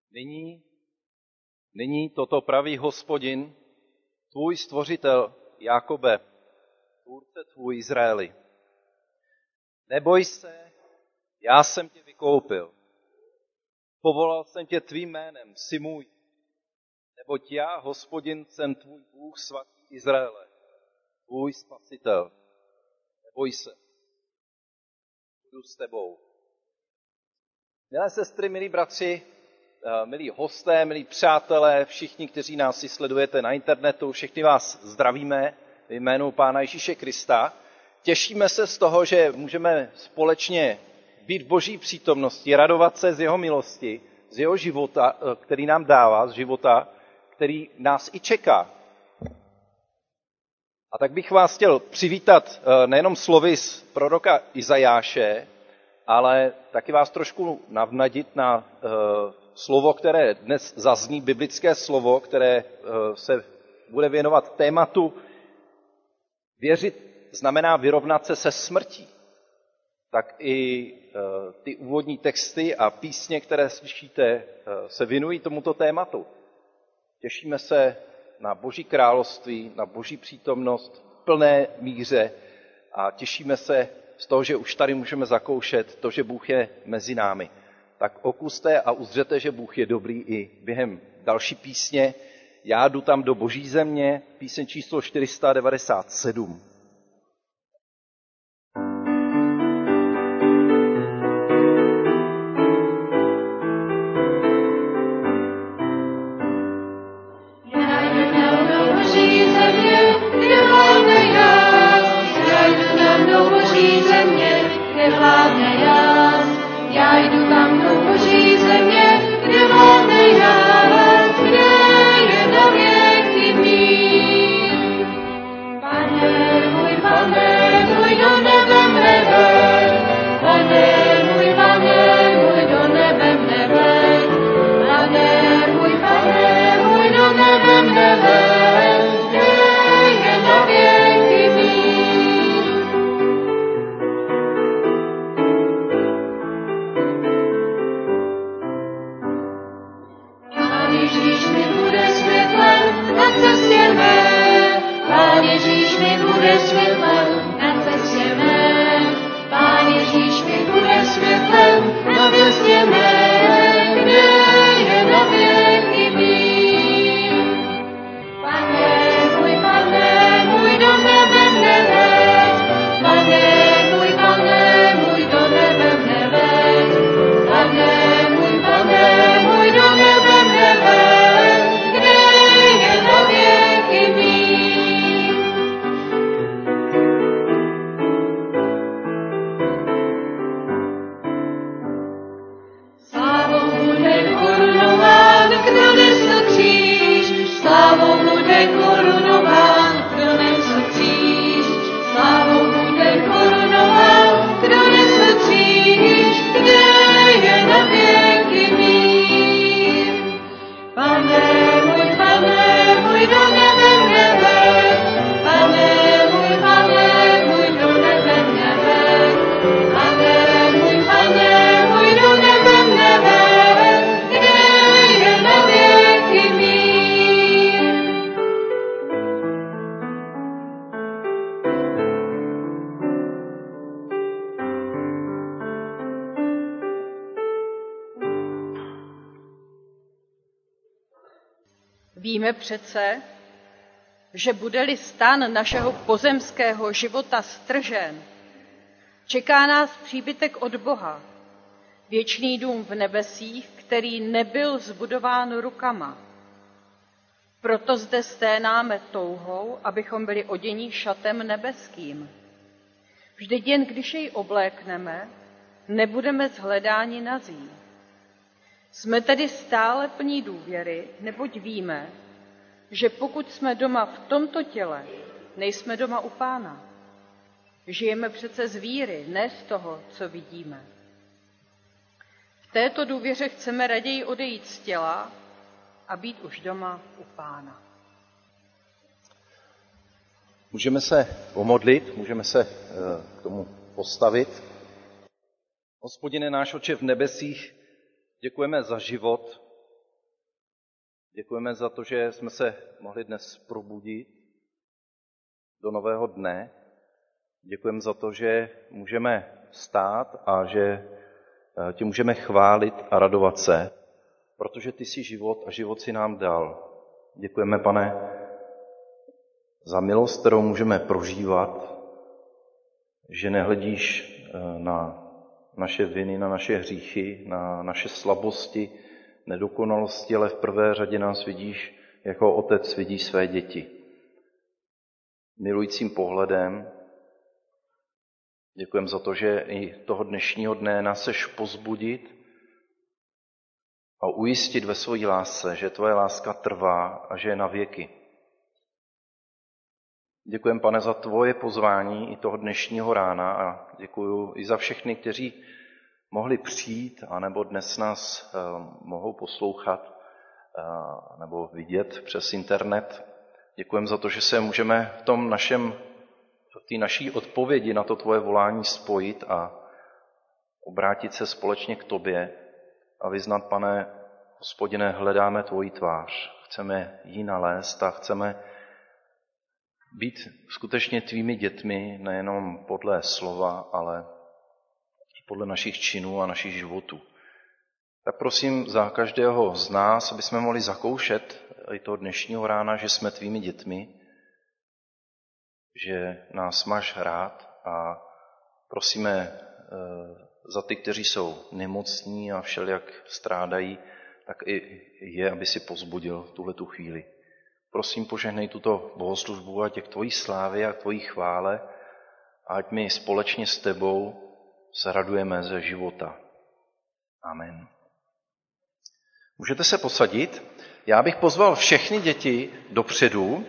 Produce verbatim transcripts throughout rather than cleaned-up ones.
Nyní, nyní toto praví Hospodin, tvůj stvořitel Jákobe, tvůrce tvůj Izraeli. Neboj se, já jsem tě vykoupil. Povolal jsem tě tvým jménem, jsi můj. Neboť já, Hospodin, jsem tvůj Bůh svatý Izraele, tvůj spasitel. Neboj se, budu s tebou. Milé sestry, milí bratři, milí hosté, milí přátelé, všichni, kteří nás si sledujete na internetu, všechny vás zdravíme v jménu Pána Ježíše Krista. Těšíme se z toho, že můžeme společně být v Boží přítomnosti, radovat se z jeho milosti, z jeho života, který nám dává, z života, který nás i čeká. A tak bych vás chtěl přivítat nejenom slovy z proroka Izajáše, ale taky vás trošku navnadit na uh, slovo, které dnes zazní, biblické slovo, které uh, se bude věnovat tématu věřit znamená vyrovnat se se smrtí. Tak i uh, ty úvodní texty a písně, které slyšíte, uh, se věnují tomuto tématu. Těšíme se na Boží království, na Boží přítomnost v plné míře a těšíme se z toho, že už tady můžeme zakoušet to, že Bůh je mezi námi. Tak okuste a uzřete, že Bůh je dobrý i během další písně. Já jdu tam do Boží země, píseň číslo čtyři sta devadesát sedm. Já jdu tam do Boží země, kde vládne jas, kde je na věky mír. Pane můj, Pane můj, do nebe mne veď, Pane můj, Pane můj, do nebe mne veď, Pane můj, Pane můj, do nebe mne veď, kde je na věky mír. Pán Ježíš mi bude světlem na cestě mé, Pán Ježíš mi bude světlem na cestě mé, kde je na věky mír. Pane můj, Pane můj, do nebe mne veď, Pane můj, Pane můj, do nebe mne veď, Pane můj, Pane můj, do nebe mne veď, kde je na věky mír. Kdo nesl kříž, slávou bude korunován, kdo nesl kříž, slávou bude korunován, kdo nesl kříž, kde je na věky mír. Pane můj, Pane můj, do nebe mne veď, Pane můj, Pane můj, do nebe mne veď, Pane můj, Pane můj, do nebe mne veď, kde je na věky mír. Víme přece, že bude-li stan našeho pozemského života stržen, čeká nás příbytek od Boha, věčný dům v nebesích, který nebyl zbudován rukama. Proto zde sténáme touhou, abychom byli oděni šatem nebeským. Vždyť jen když jej oblékneme, nebudeme shledáni nazí. Jsme tedy stále plní důvěry, neboť víme, že pokud jsme doma v tomto těle, nejsme doma u Pána. Žijeme přece z víry, ne z toho, co vidíme. V této důvěře chceme raději odejít z těla a být už doma u Pána. Můžeme se pomodlit, můžeme se k tomu postavit. Hospodine náš Otče v nebesích, děkujeme za život, Děkujeme za to, že jsme se mohli dnes probudit do nového dne. Děkujeme za to, že můžeme stát a že tě můžeme chválit a radovat se, protože ty jsi život a život si nám dal. Děkujeme, Pane, za milost, kterou můžeme prožívat, že nehledíš na naše viny, na naše hříchy, na naše slabosti, nedokonalosti, ale v prvé řadě nás vidíš jako otec vidí své děti. Milujícím pohledem. Děkujeme za to, že i toho dnešního dne nás chceš pozbudit a ujistit ve své lásce, že tvoje láska trvá a že je na věky. Děkujeme, Pane, za tvoje pozvání i toho dnešního rána a děkuji i za všechny, kteří mohli přijít anebo dnes nás uh, mohou poslouchat uh, nebo vidět přes internet. Děkujeme za to, že se můžeme v tom našem, v té naší odpovědi na to tvoje volání spojit a obrátit se společně k tobě a vyznat, Pane, Hospodine, hledáme tvoji tvář. Chceme ji nalézt a chceme být skutečně tvými dětmi, nejenom podle slova, ale i podle našich činů a našich životů. Tak prosím za každého z nás, aby jsme mohli zakoušet i toho dnešního rána, že jsme tvými dětmi, že nás máš rád a prosíme za ty, kteří jsou nemocní a všelijak strádají, tak i je, aby si pozbudil v tuhletu chvíli. Prosím, požehnej tuto bohoslužbu a těch tvojí slávy a tvojí chvále a ať my společně s tebou se radujeme ze života. Amen. Můžete se posadit. Já bych pozval všechny děti dopředu.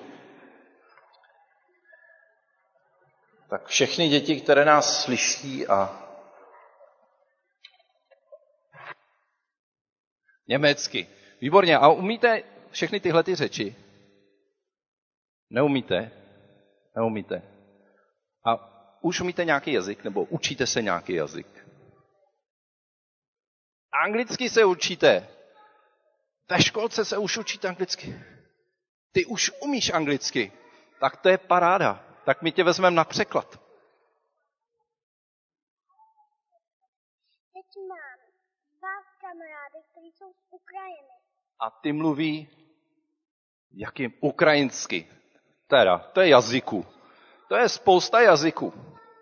Tak všechny děti, které nás slyší a německy. Výborně. A umíte všechny tyhle ty řeči? Neumíte? Neumíte. A už umíte nějaký jazyk, nebo učíte se nějaký jazyk? Anglicky se učíte. Ve školce se už učíte anglicky. Ty už umíš anglicky. Tak to je paráda. Tak my tě vezmeme na překlad. Teď mám dva kamarády, kteří jsou z Ukrajiny. A ty mluví jakým? Ukrajinsky. Teda, to je jazyků. To je spousta jazyků.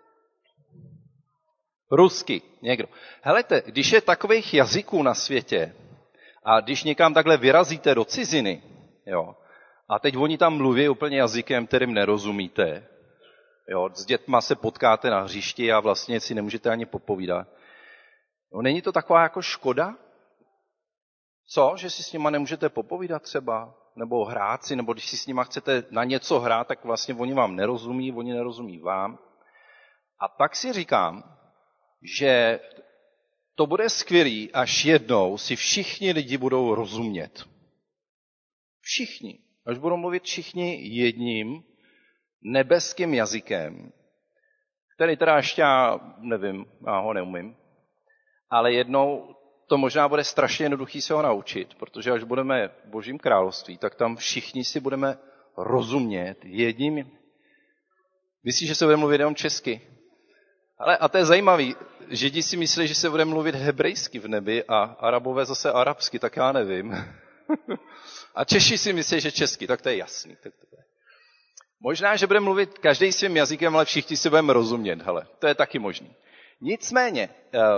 Rusky, někdo. Helejte, když je takových jazyků na světě a když někam takhle vyrazíte do ciziny, jo, a teď oni tam mluví úplně jazykem, kterým nerozumíte, jo, s dětma se potkáte na hřišti a vlastně si nemůžete ani popovídat. No, není to taková jako škoda? Co? Že si s nima nemůžete popovídat třeba? Nebo hrát si, nebo když si s nima chcete na něco hrát, tak vlastně oni vám nerozumí, oni nerozumí vám. A pak si říkám, že to bude skvělý, až jednou si všichni lidi budou rozumět. Všichni. Až budou mluvit všichni jedním nebeským jazykem, který teda ještě já nevím, já ho neumím, ale jednou to možná bude strašně jednoduchý se ho naučit, protože až budeme v Božím království, tak tam všichni si budeme rozumět jedním. Myslíš, že se bude mluvit jenom česky? Ale a to je zajímavý. Židi si myslí, že se bude mluvit hebrejsky v nebi a Arabové zase arabsky, tak já nevím. A Češi si myslí, že česky, tak to je jasný. Tak to je. Možná, že bude mluvit každý svým jazykem, ale všichni si budeme rozumět. Hele, to je taky možný. Nicméně,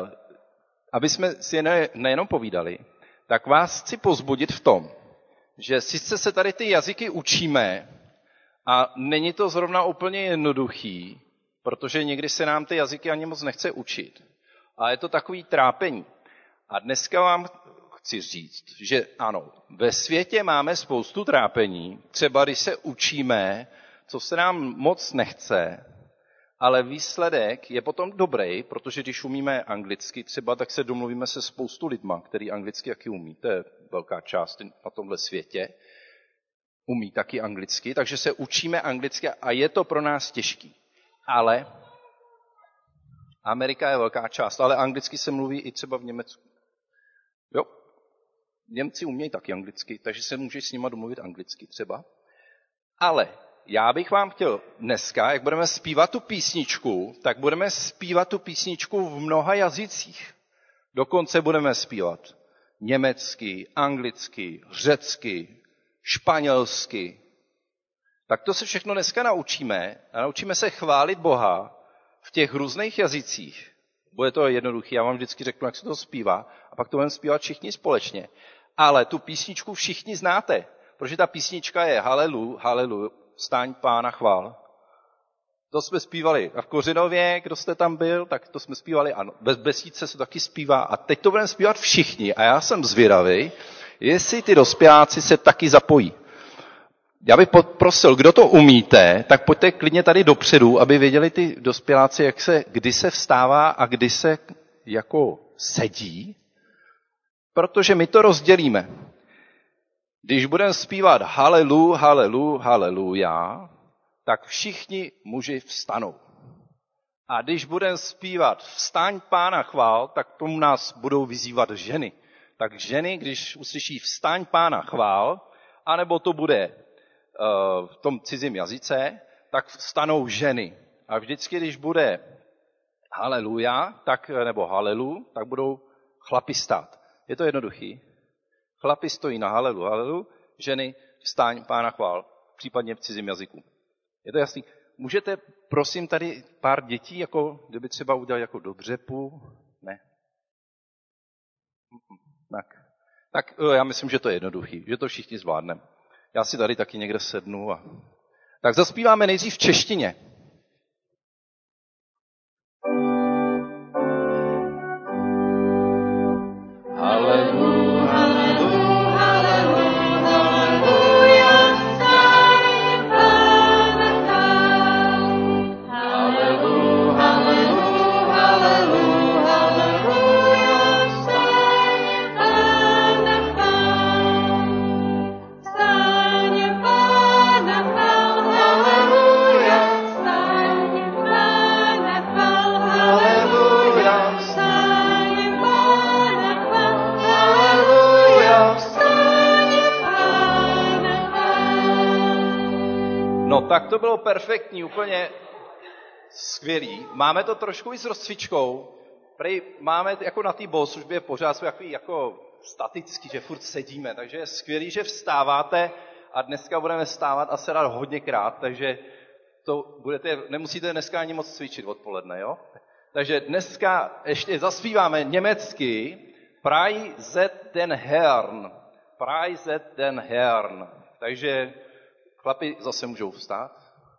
aby jsme si nejenom povídali, tak vás chci pozbudit v tom, že sice se tady ty jazyky učíme a není to zrovna úplně jednoduchý, protože někdy se nám ty jazyky ani moc nechce učit. A je to takový trápení. A dneska vám chci říct, že ano, ve světě máme spoustu trápení, třeba když se učíme, co se nám moc nechce, ale výsledek je potom dobrý, protože když umíme anglicky třeba, tak se domluvíme se spoustu lidma, který anglicky taky umí. To je velká část na tomhle světě. Umí taky anglicky, takže se učíme anglicky a je to pro nás těžký. Ale Amerika je velká část, ale anglicky se mluví i třeba v Německu. Jo? Němci umějí taky anglicky, takže se můžeš s nima domluvit anglicky třeba. Ale já bych vám chtěl dneska, jak budeme zpívat tu písničku, tak budeme zpívat tu písničku v mnoha jazycích. Dokonce budeme zpívat německy, anglicky, řecky, španělsky. Tak to se všechno dneska naučíme a naučíme se chválit Boha v těch různých jazycích. Bude to jednoduché, já vám vždycky řeknu, jak se to zpívá a pak to budeme zpívat všichni společně. Ale tu písničku všichni znáte, protože ta písnička je Halelu, Halelu, vstaň Pána chvál. To jsme zpívali a v Kořenově, kdo jste tam byl, tak to jsme zpívali, ano, bez besídce se to taky zpívá a teď to budeme zpívat všichni a já jsem zvědavý, jestli ty dospěláci se taky zapojí. Já bych poprosil, kdo to umíte, tak pojďte klidně tady dopředu, aby věděli ty dospěláci, jak se, kdy se vstává a kdy se jako sedí, protože my to rozdělíme. Když budeme zpívat halelu, halelu, haleluja, tak všichni muži vstanou. A když budeme zpívat vstaň Pána chvál, tak tomu nás budou vyzývat ženy. Tak ženy, když uslyší vstaň Pána chvál, anebo to bude v tom cizím jazyce, tak vstanou ženy. A vždycky, když bude haleluja, tak, nebo halelu, tak budou chlapi stát. Je to jednoduchý. Chlapi stojí na halelu, halelu, ženy vstaň Pána chvál, případně v cizím jazyku. Je to jasný? Můžete, prosím, tady pár dětí, jako, kdyby třeba udělali jako do dřepu? Ne. Tak. tak já myslím, že to je jednoduchý, že to všichni zvládneme. Já si tady taky někde sednu. A... Tak zaspíváme nejdřív v češtině. Haleluja. No tak to bylo perfektní, úplně skvělý. Máme to trošku i s rozcvičkou. Prej máme jako na té bohoslužbě pořád jsou takový jako statický, že furt sedíme, takže je skvělý, že vstáváte a dneska budeme vstávat a sedat hodněkrát, takže to budete, nemusíte dneska ani moc cvičit odpoledne, jo? Takže dneska ještě zaspíváme německy Preise den Herrn. Preise den Herrn. Takže chlapi zase můžou vstát.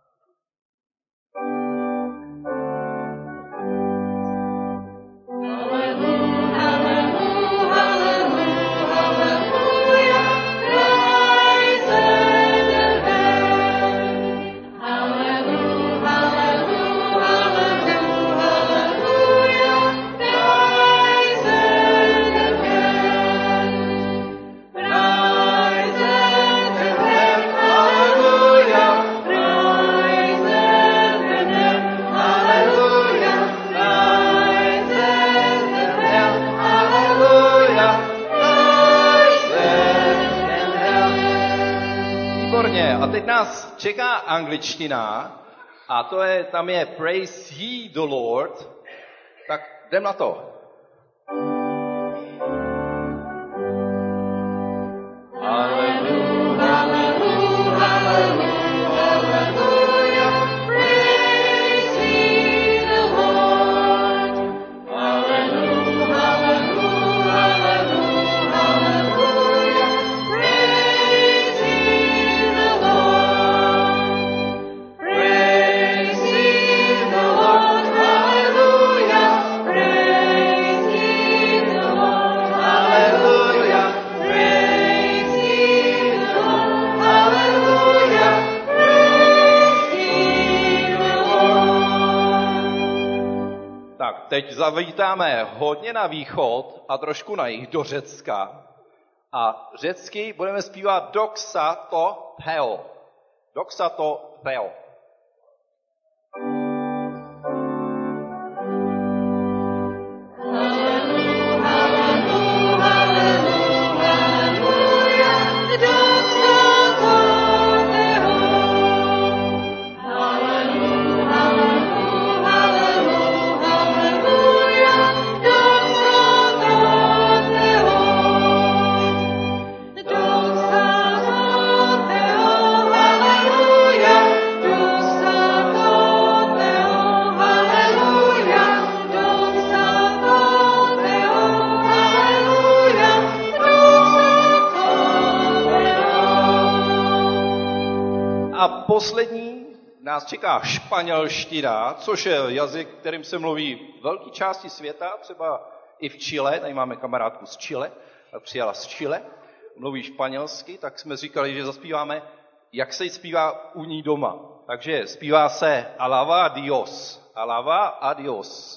A teď nás čeká angličtina a to je, tam je Praise ye the Lord. Tak jdem na to. Hallelujah, hallelujah, hallelujah, hallelujah. Praise ye the Lord. Hallelujah, hallelujah, hallelujah, hallelujah. Praise ye the Lord. Praise ye the Lord. Hallelujah. Praise ye the Lord. Hallelujah. Praise ye the Lord. Hallelujah. Praise ye the Lord. Tak, teď zavítáme hodně na východ a trošku na jih do Řecka. A řecky budeme zpívat doxa to theo. Doxa to theo. Hallelujah, hallelujah, hallelujah, a poslední nás čeká španělština, což je jazyk, kterým se mluví v velké části světa, třeba i v Chile. Tady máme kamarádku z Chile, tak přijela z Chile, mluví španělsky, tak jsme říkali, že zaspíváme, jak se jí zpívá u ní doma. Takže zpívá se Alaba a Dios. Alaba a Dios.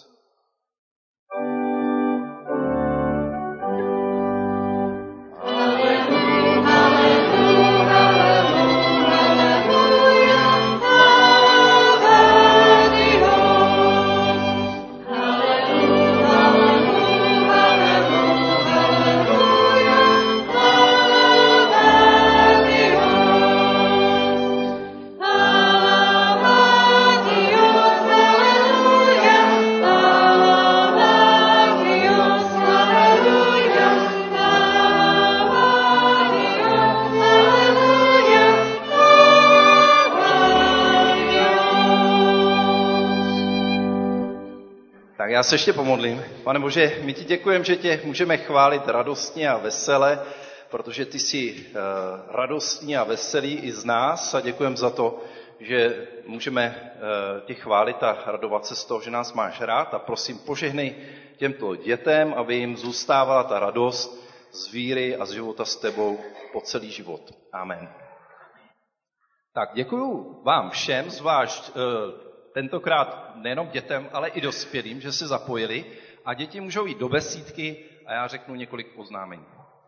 Já se ještě pomodlím. Pane Bože, my ti děkujeme, že tě můžeme chválit radostně a vesele, protože ty jsi uh, radostný a veselý i z nás a děkujeme za to, že můžeme uh, tě chválit a radovat se z toho, že nás máš rád a prosím, požehnej těmto dětem, aby jim zůstávala ta radost z víry a z života s tebou po celý život. Amen. Tak děkuju vám všem, zvlášť uh, tentokrát nejenom dětem, ale i dospělým, že se zapojili a děti můžou jít do besídky a já řeknu několik oznámení.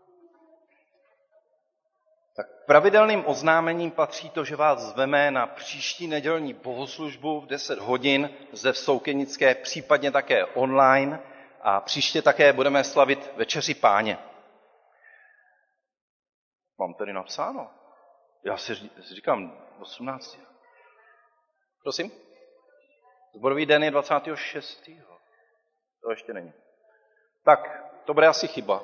Tak pravidelným oznámením patří to, že vás zveme na příští nedělní bohoslužbu v deset hodin zde v Soukenické, případně také online a příště také budeme slavit Večeři Páně. Mám tady napsáno. Já si říkám osmnáct. Prosím? Zborový den je dvacátého šestého To ještě není. Tak, to bude asi chyba.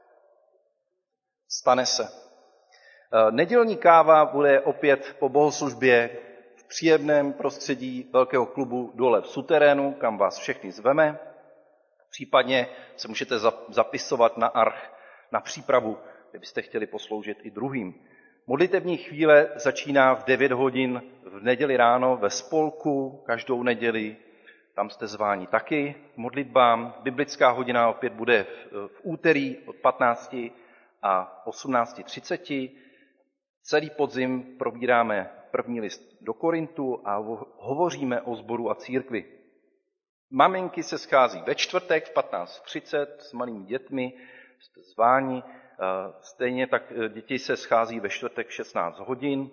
Stane se. Nedělní káva bude opět po bohoslužbě v příjemném prostředí velkého klubu dole v suterénu, kam vás všechny zveme. Případně se můžete zapisovat na arch na přípravu, kdybyste chtěli posloužit i druhým. Modlitevní chvíle začíná v devět hodin v neděli ráno ve spolku, každou neděli, tam jste zváni taky modlitbám. Biblická hodina opět bude v, v úterý od patnácti a osmnácti třiceti. Celý podzim probíráme první list do Korintu a hovoříme o sboru a církvi. Maminky se schází ve čtvrtek v patnáct třicet s malými dětmi, jste zváni. Stejně tak děti se schází ve čtvrtek šestnáct hodin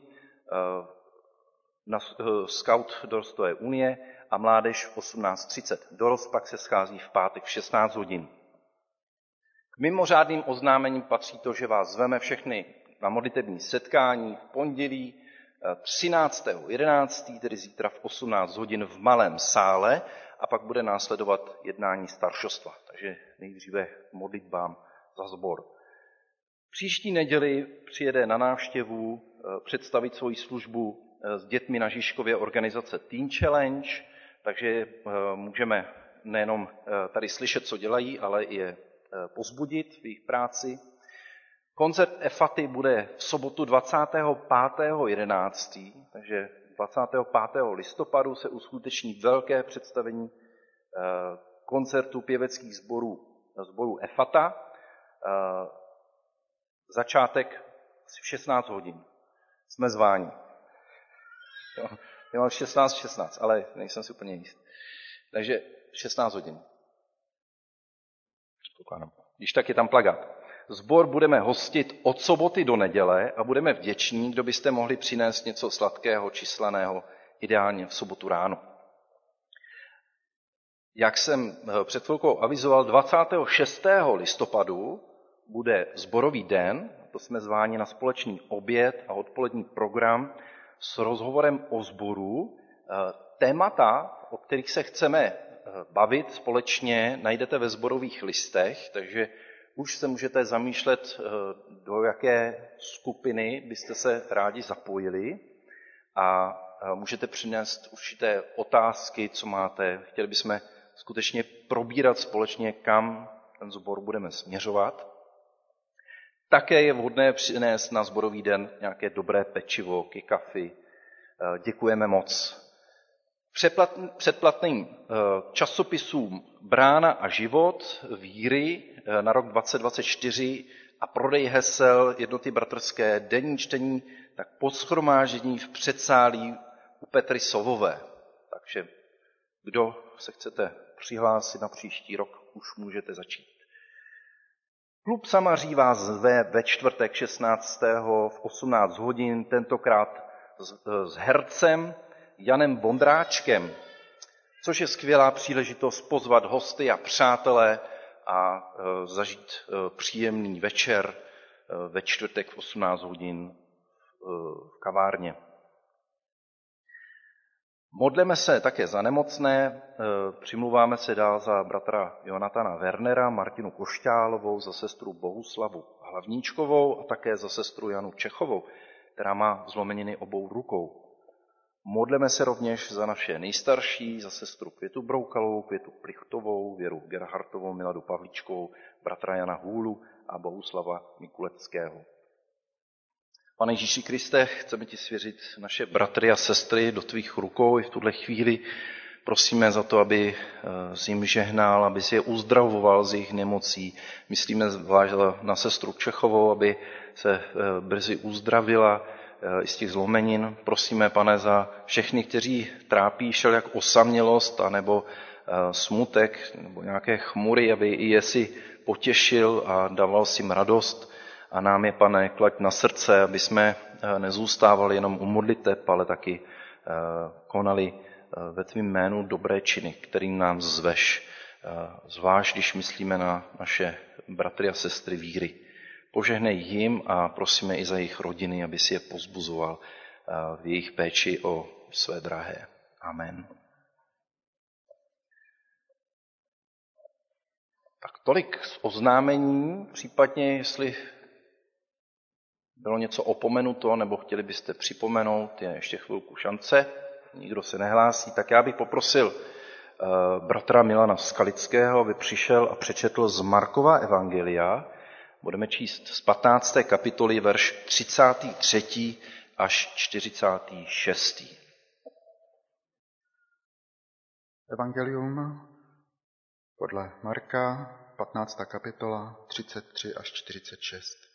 na Scout Dorostové unie a mládež v osmnáct třicet. Dorost pak se schází v pátek v šestnáct hodin. K mimořádným oznámením patří to, že vás zveme všechny na modlitební setkání v pondělí třináctého jedenáctého tedy zítra v osmnáct hodin v malém sále a pak bude následovat jednání staršostva. Takže nejdříve modlitbám za sbor. Příští neděli přijede na návštěvu představit svoji službu s dětmi na Žižkově organizace Teen Challenge, takže můžeme nejenom tady slyšet, co dělají, ale i je pozbudit v jejich práci. Koncert Efaty bude v sobotu dvacátého pátého jedenáctého takže dvacátého pátého listopadu se uskuteční velké představení koncertu pěveckých sborů, sborů Efata. Začátek v šestnáct hodin. Jsme zváni. Já mám šestnáct šestnáct, ale nejsem si úplně jist. Takže šestnáct hodin. Předpokládám. Když tak je tam plagát. Sbor budeme hostit od soboty do neděle a budeme vděční, kdo byste mohli přinést něco sladkého či slaného, ideálně v sobotu ráno. Jak jsem před chvilkou avizoval, dvacátého šestého listopadu bude sborový den, to jsme zváni na společný oběd a odpolední program s rozhovorem o sboru. Témata, o kterých se chceme bavit společně, najdete ve sborových listech, takže už se můžete zamýšlet, do jaké skupiny byste se rádi zapojili a můžete přinést určité otázky, co máte. Chtěli bychom skutečně probírat společně, kam ten sbor budeme směřovat. Také je vhodné přinést na sborový den nějaké dobré pečivo, kikafy, děkujeme moc. Předplatným časopisům Brána a život víry na rok dvacet dvacet čtyři a prodej hesel Jednoty bratrské denní čtení, tak po shromáždění v předsálí u Petry Sovové. Takže kdo se chcete přihlásit na příští rok, už můžete začít. Klub Samaří vás zve ve čtvrtek šestnáctého v osmnáct hodin, tentokrát s, s hercem Janem Vondráčkem, což je skvělá příležitost pozvat hosty a přátelé a e, zažít e, příjemný večer e, ve čtvrtek v osmnáct hodin e, v kavárně. Modleme se také za nemocné, přimluváme se dál za bratra Jonatana Wernera, Martinu Košťálovou, za sestru Bohuslavu Hlavníčkovou a také za sestru Janu Čechovou, která má zlomeniny obou rukou. Modleme se rovněž za naše nejstarší, za sestru Květu Broukalovou, Květu Plichtovou, Věru Gerhartovou, Miladu Pavlíčkovou, bratra Jana Hůlu a Bohuslava Mikuleckého. Pane Ježíši Kriste, chceme ti svěřit naše bratry a sestry do tvých rukou i v tuhle chvíli. Prosíme za to, aby jsi jim žehnal, aby si je uzdravoval z jejich nemocí. Myslíme zvlášť na sestru Čechovou, aby se brzy uzdravila i z těch zlomenin. Prosíme, Pane, za všechny, kteří trápí všelijak osamělost anebo smutek nebo nějaké chmury, aby i je si potěšil a dával si jim radost. A nám je, Pane, klaď na srdce, aby jsme nezůstávali jenom u modliteb, ale taky konali ve tvým jménu dobré činy, kterým nám zveš. Zvlášť, když myslíme na naše bratry a sestry víry. Požehnej jim a prosíme i za jejich rodiny, aby si je povzbuzoval v jejich péči o své drahé. Amen. Tak tolik z oznámení, případně jestli bylo něco opomenuto, nebo chtěli byste připomenout, je ještě chvilku šance, nikdo se nehlásí, tak já bych poprosil uh, bratra Milana Skalického, aby přišel a přečetl z Markova evangelia. Budeme číst z patnácté kapitoly, verš třicátý třetí až čtyřicátý šestý Evangelium podle Marka, patnáctá kapitola, třicet tři až čtyřicet šest.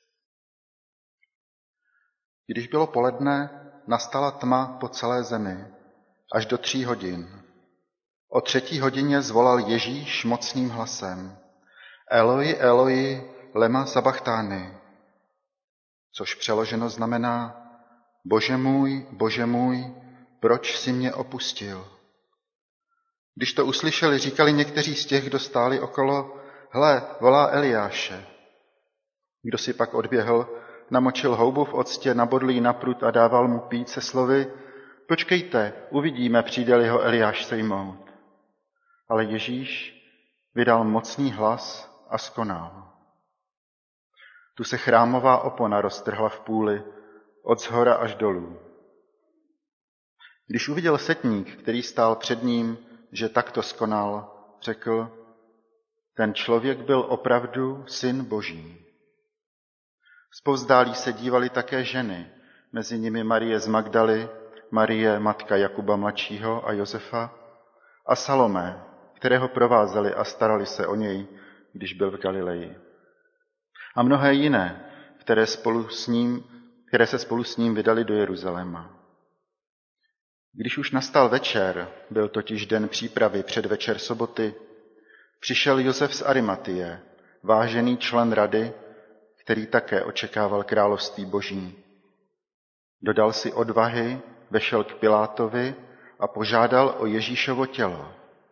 Když bylo poledne, nastala tma po celé zemi, až do tří hodin. O třetí hodině zvolal Ježíš mocným hlasem: Eloi, Eloi, lema sabachthani, což přeloženo znamená: Bože můj, Bože můj, proč jsi mě opustil? Když to uslyšeli, říkali někteří z těch, kdo stáli okolo: Hle, volá Eliáše. Kdo si pak odběhl, namočil houbu v octě, nabodl ji na prut a dával mu pít se slovy: Počkejte, uvidíme, přijde-li ho Eliáš sejmout. Ale Ježíš vydal mocný hlas a skonal. Tu se chrámová opona roztrhla v půli, od zhora až dolů. Když uviděl setník, který stál před ním, že takto skonal, řekl: Ten člověk byl opravdu syn Boží. Zpovzdálí se dívali také ženy, mezi nimi Marie z Magdaly, Marie, matka Jakuba mladšího a Josefa, a Salomé, kterého provázeli a starali se o něj, když byl v Galileji. A mnohé jiné, které, spolu s ním, které se spolu s ním vydali do Jeruzaléma. Když už nastal večer, byl totiž den přípravy před večer soboty, přišel Josef z Arimatie, vážený člen rady, který také očekával království Boží. Dodal si odvahy, vešel k Pilátovi a požádal o Ježíšovo tělo.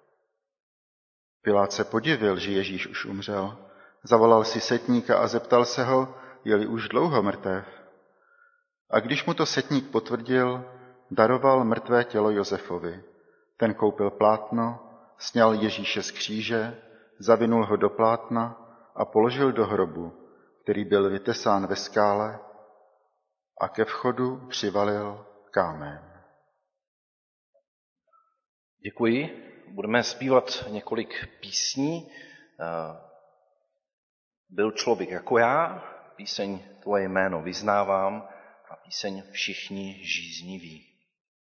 Pilát se podivil, že Ježíš už umřel. Zavolal si setníka a zeptal se ho, je-li už dlouho mrtev. A když mu to setník potvrdil, daroval mrtvé tělo Josefovi. Ten koupil plátno, sňal Ježíše z kříže, zavinul ho do plátna a položil do hrobu, který byl vytesán ve skále, a ke vchodu přivalil kámen. Děkuji. Budeme zpívat několik písní. Byl člověk jako já, píseň Tvoje jméno vyznávám a píseň Všichni žízniví.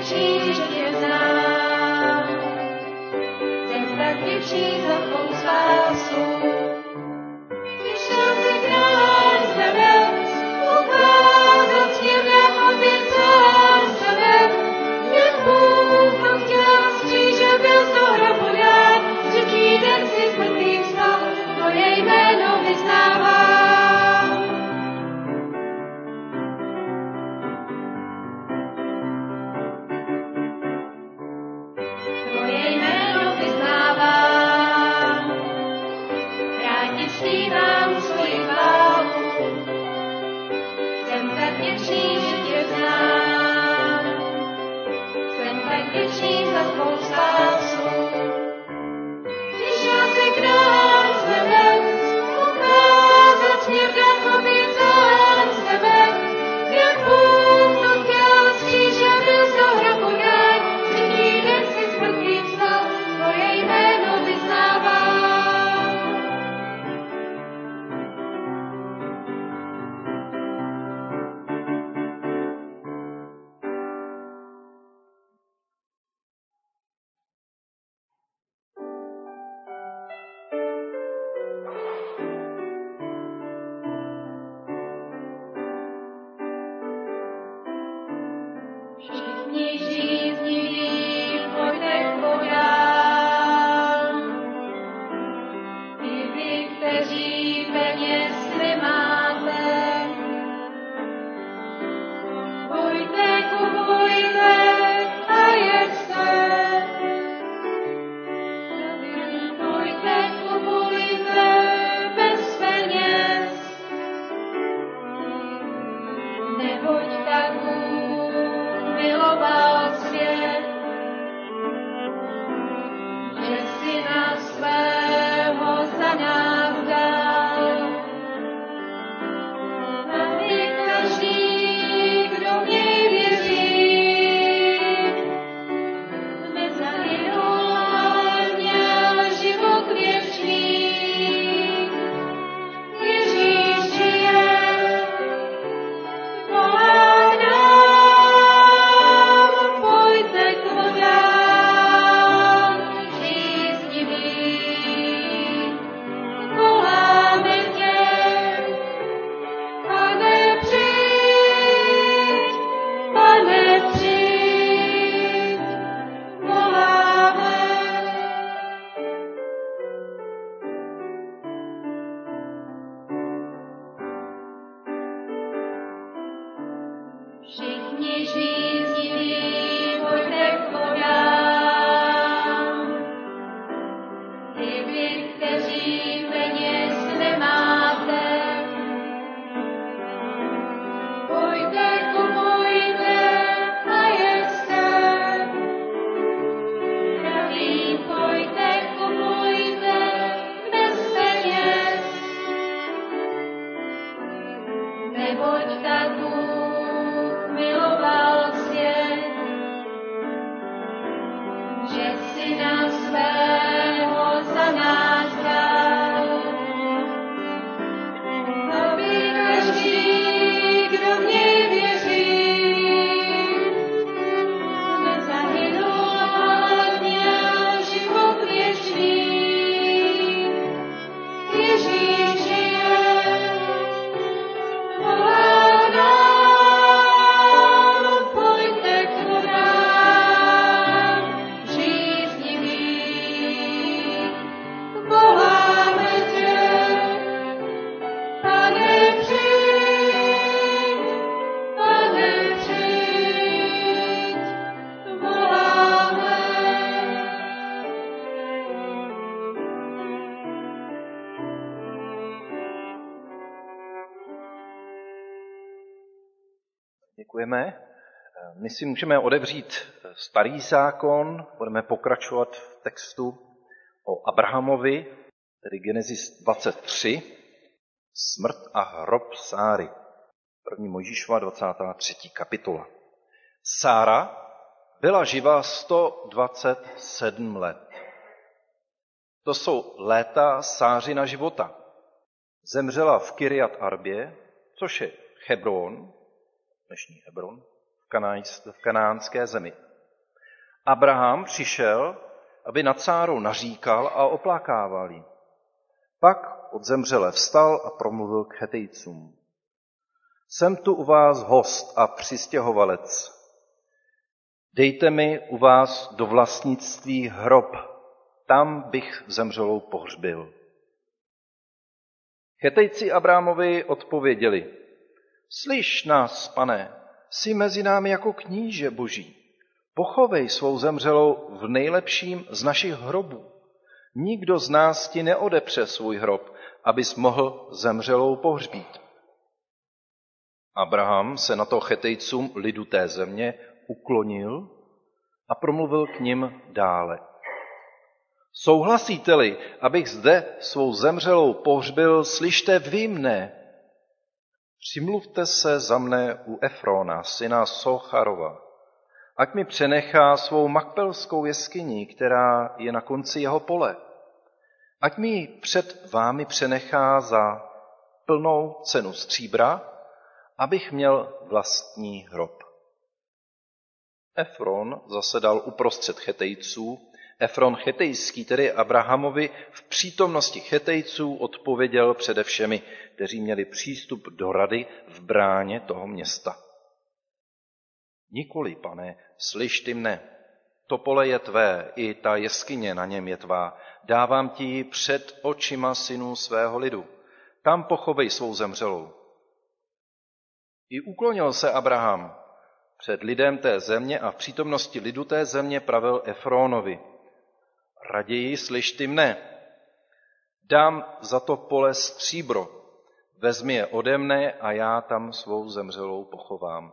vděčný, že tě znám. Jsem tak vděčný za tvou spásu. Přišel jsi k nám z nebes, ukázat směr na opět sám sebe. Jak Bůh to chtěl, z kříže byl z hrobu dát, třetí den si z mrtvých vstal, tvoje jméno vyznávám. Tvoje jméno vyznávám, rád ti zpívám svoji chválu. Jsem tak vděčný, že tě znám, jsem tak vděčný za tvou spásu. Přišel jsi k nám z nebes, ukázat směr dát opět sám sebe. Jak Bůh to chtěl, z kříže byl z hrobu dát, třetí den si z mrtvých vstal, tvoje jméno vyznávám. Všichni žízniví, pojďte k vodám. I vy, kteří peněz nemáte, pojďte, kupujte a jedzte. Pojďte, kupujte bez peněz, neboť tak Bůh miloval svět, že syna svého za nás dal. Aby každý, kdo v něj věří, nezahynul, ale měl život věčný. Ježíš žije, volá k nám, pojďte k vodám žíznivým. Voláme tě, Pane, přijď, Pane, přijď, voláme. Všichni žízniví, pojďte k vodám. I vy, kteří peněz nemáte, pojďte, kupujte a jedzte. Pravím, pojďte, kupujte bez peněz, neboť tak Bůh miloval svět, že syna svého za nás dal. Aby každý, kdo v něj věří, nezahynul, ale měl život věčný. Ježíš žije, volá k nám, pojďte k vodám žíznivým. Voláme tě, Pane, přijď, Pane, přijď, voláme. Děkujeme. My si můžeme odevřít Starý zákon, budeme pokračovat v textu o Abrahamovi, tedy Genesis dvacet tři, smrt a hrob Sáry. První Mojžíšova dvacátá třetí kapitola. Sára byla živá sto dvacet sedm let. To jsou léta Sářina života. Zemřela v Kirjat Arbě, což je Hebron, dnešní Hebron, v, kanánské, v kanánské zemi. Abraham přišel, aby nad Sárou naříkal a oplakával ji. Pak od zemřele vstal a promluvil k Chetejcům. Jsem tu u vás host a přistěhovalec. Dejte mi u vás do vlastnictví hrob, tam bych zemřelou pohřbil. Chetejci Abrahamovi odpověděli, slyš nás, pane, jsi mezi námi jako kníže boží. Pochovej svou zemřelou v nejlepším z našich hrobů. Nikdo z nás ti neodepře svůj hrob, abys mohl zemřelou pohřbít. Abraham se na to Chetejcům lidu té země uklonil a promluvil k nim dále. Souhlasíte-li, abych zde svou zemřelou pohřbil, slyšte vy mne. Přimluvte se za mne u Efrona, syna Socharova, ať mi přenechá svou makpelskou jeskyni, která je na konci jeho pole. Ať mi ji před vámi přenechá za plnou cenu stříbra, abych měl vlastní hrob. Efron zasedal uprostřed Chetejců. Efron Chetejský, tedy Abrahamovi, v přítomnosti Chetejců odpověděl přede všemi, kteří měli přístup do rady v bráně toho města. Nikoli, pane, slyš ty mne, to pole je tvé, i ta jeskyně na něm je tvá. Dávám ti ji před očima synů svého lidu. Tam pochovej svou zemřelou. I uklonil se Abraham před lidem té země a v přítomnosti lidu té země pravil Efronovi. Raději slyš ty mne. Dám za to pole stříbro. Vezmi je ode mne a já tam svou zemřelou pochovám.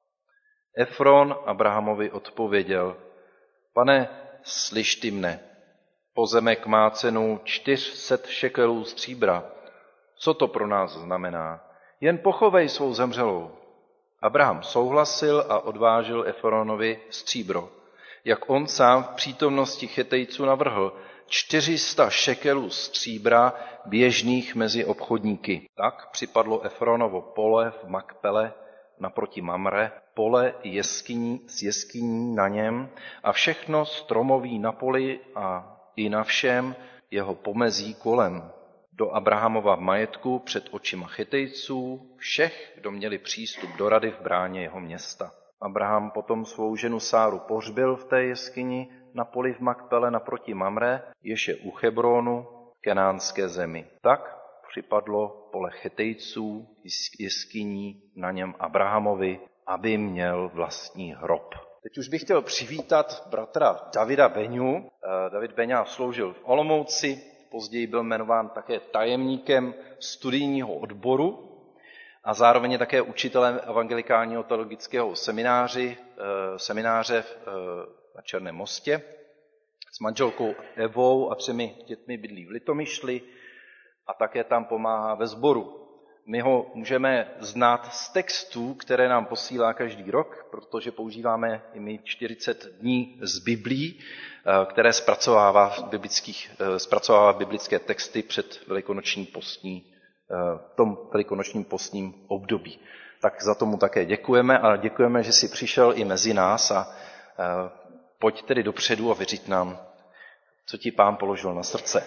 Efron Abrahamovi odpověděl, pane, slyš ty mne. Pozemek má cenu čtyři set šekelů stříbra. Co to pro nás znamená? Jen pochovej svou zemřelou. Abraham souhlasil a odvážil Efronovi stříbro. Jak on sám v přítomnosti Chetejců navrhl, čtyři sta šekelů stříbra běžných mezi obchodníky. Tak připadlo Efronovo pole v Makpele naproti Mamre, pole jeskyní s jeskyní na něm a všechno stromoví na poli a i na všem jeho pomezí kolem. Do Abrahamova majetku před očima Chetejců všech, kdo měli přístup do rady v bráně jeho města. Abraham potom svou ženu Sáru pohřbil v té jeskyni na poli v Makpele naproti Mamre, jež je u Chebronu v kenánské zemi. Tak připadlo pole Chetejců jeskyní na něm Abrahamovi, aby měl vlastní hrob. Teď už bych chtěl přivítat bratra Davida Beňu. David Beňa sloužil v Olomouci, později byl jmenován také tajemníkem studijního odboru a zároveň je také učitelem evangelikálního teologického semináři, semináře na Černém Mostě. S manželkou Evou a třemi dětmi bydlí v Litomyšli a také tam pomáhá ve sboru. My ho můžeme znát z textů, které nám posílá každý rok, protože používáme i my čtyřicet dní z Biblí, které zpracovává, biblických, zpracovává biblické texty před velikonoční postní, v tom velikonočním postním období. Tak za tomu také děkujeme a děkujeme, že jsi přišel i mezi nás a pojď tedy dopředu a vyřiď nám, co ti Pán položil na srdce.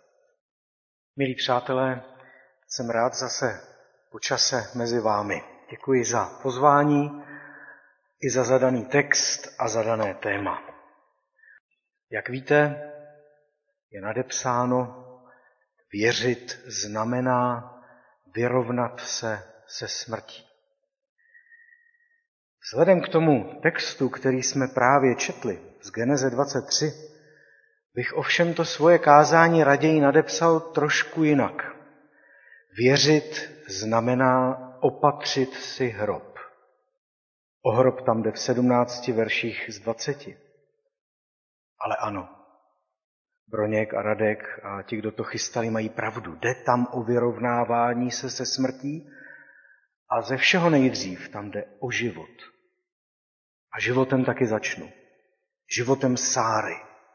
Milí přátelé, jsem rád zase po čase mezi vámi. Děkuji za pozvání i za zadaný text a zadané téma. Jak víte, je nadepsáno, věřit znamená vyrovnat se se smrtí. Vzhledem k tomu textu, který jsme právě četli z Geneze dvacet tři, bych ovšem to svoje kázání raději nadepsal trošku jinak. Věřit znamená opatřit si hrob. O hrob tam jde v sedmnácti verších z dvaceti. Ale ano, Broněk a Radek a ti, kdo to chystali, mají pravdu. Jde tam o vyrovnávání se se smrtí a ze všeho nejdřív tam jde o život. A životem taky začnu. Životem Sáry.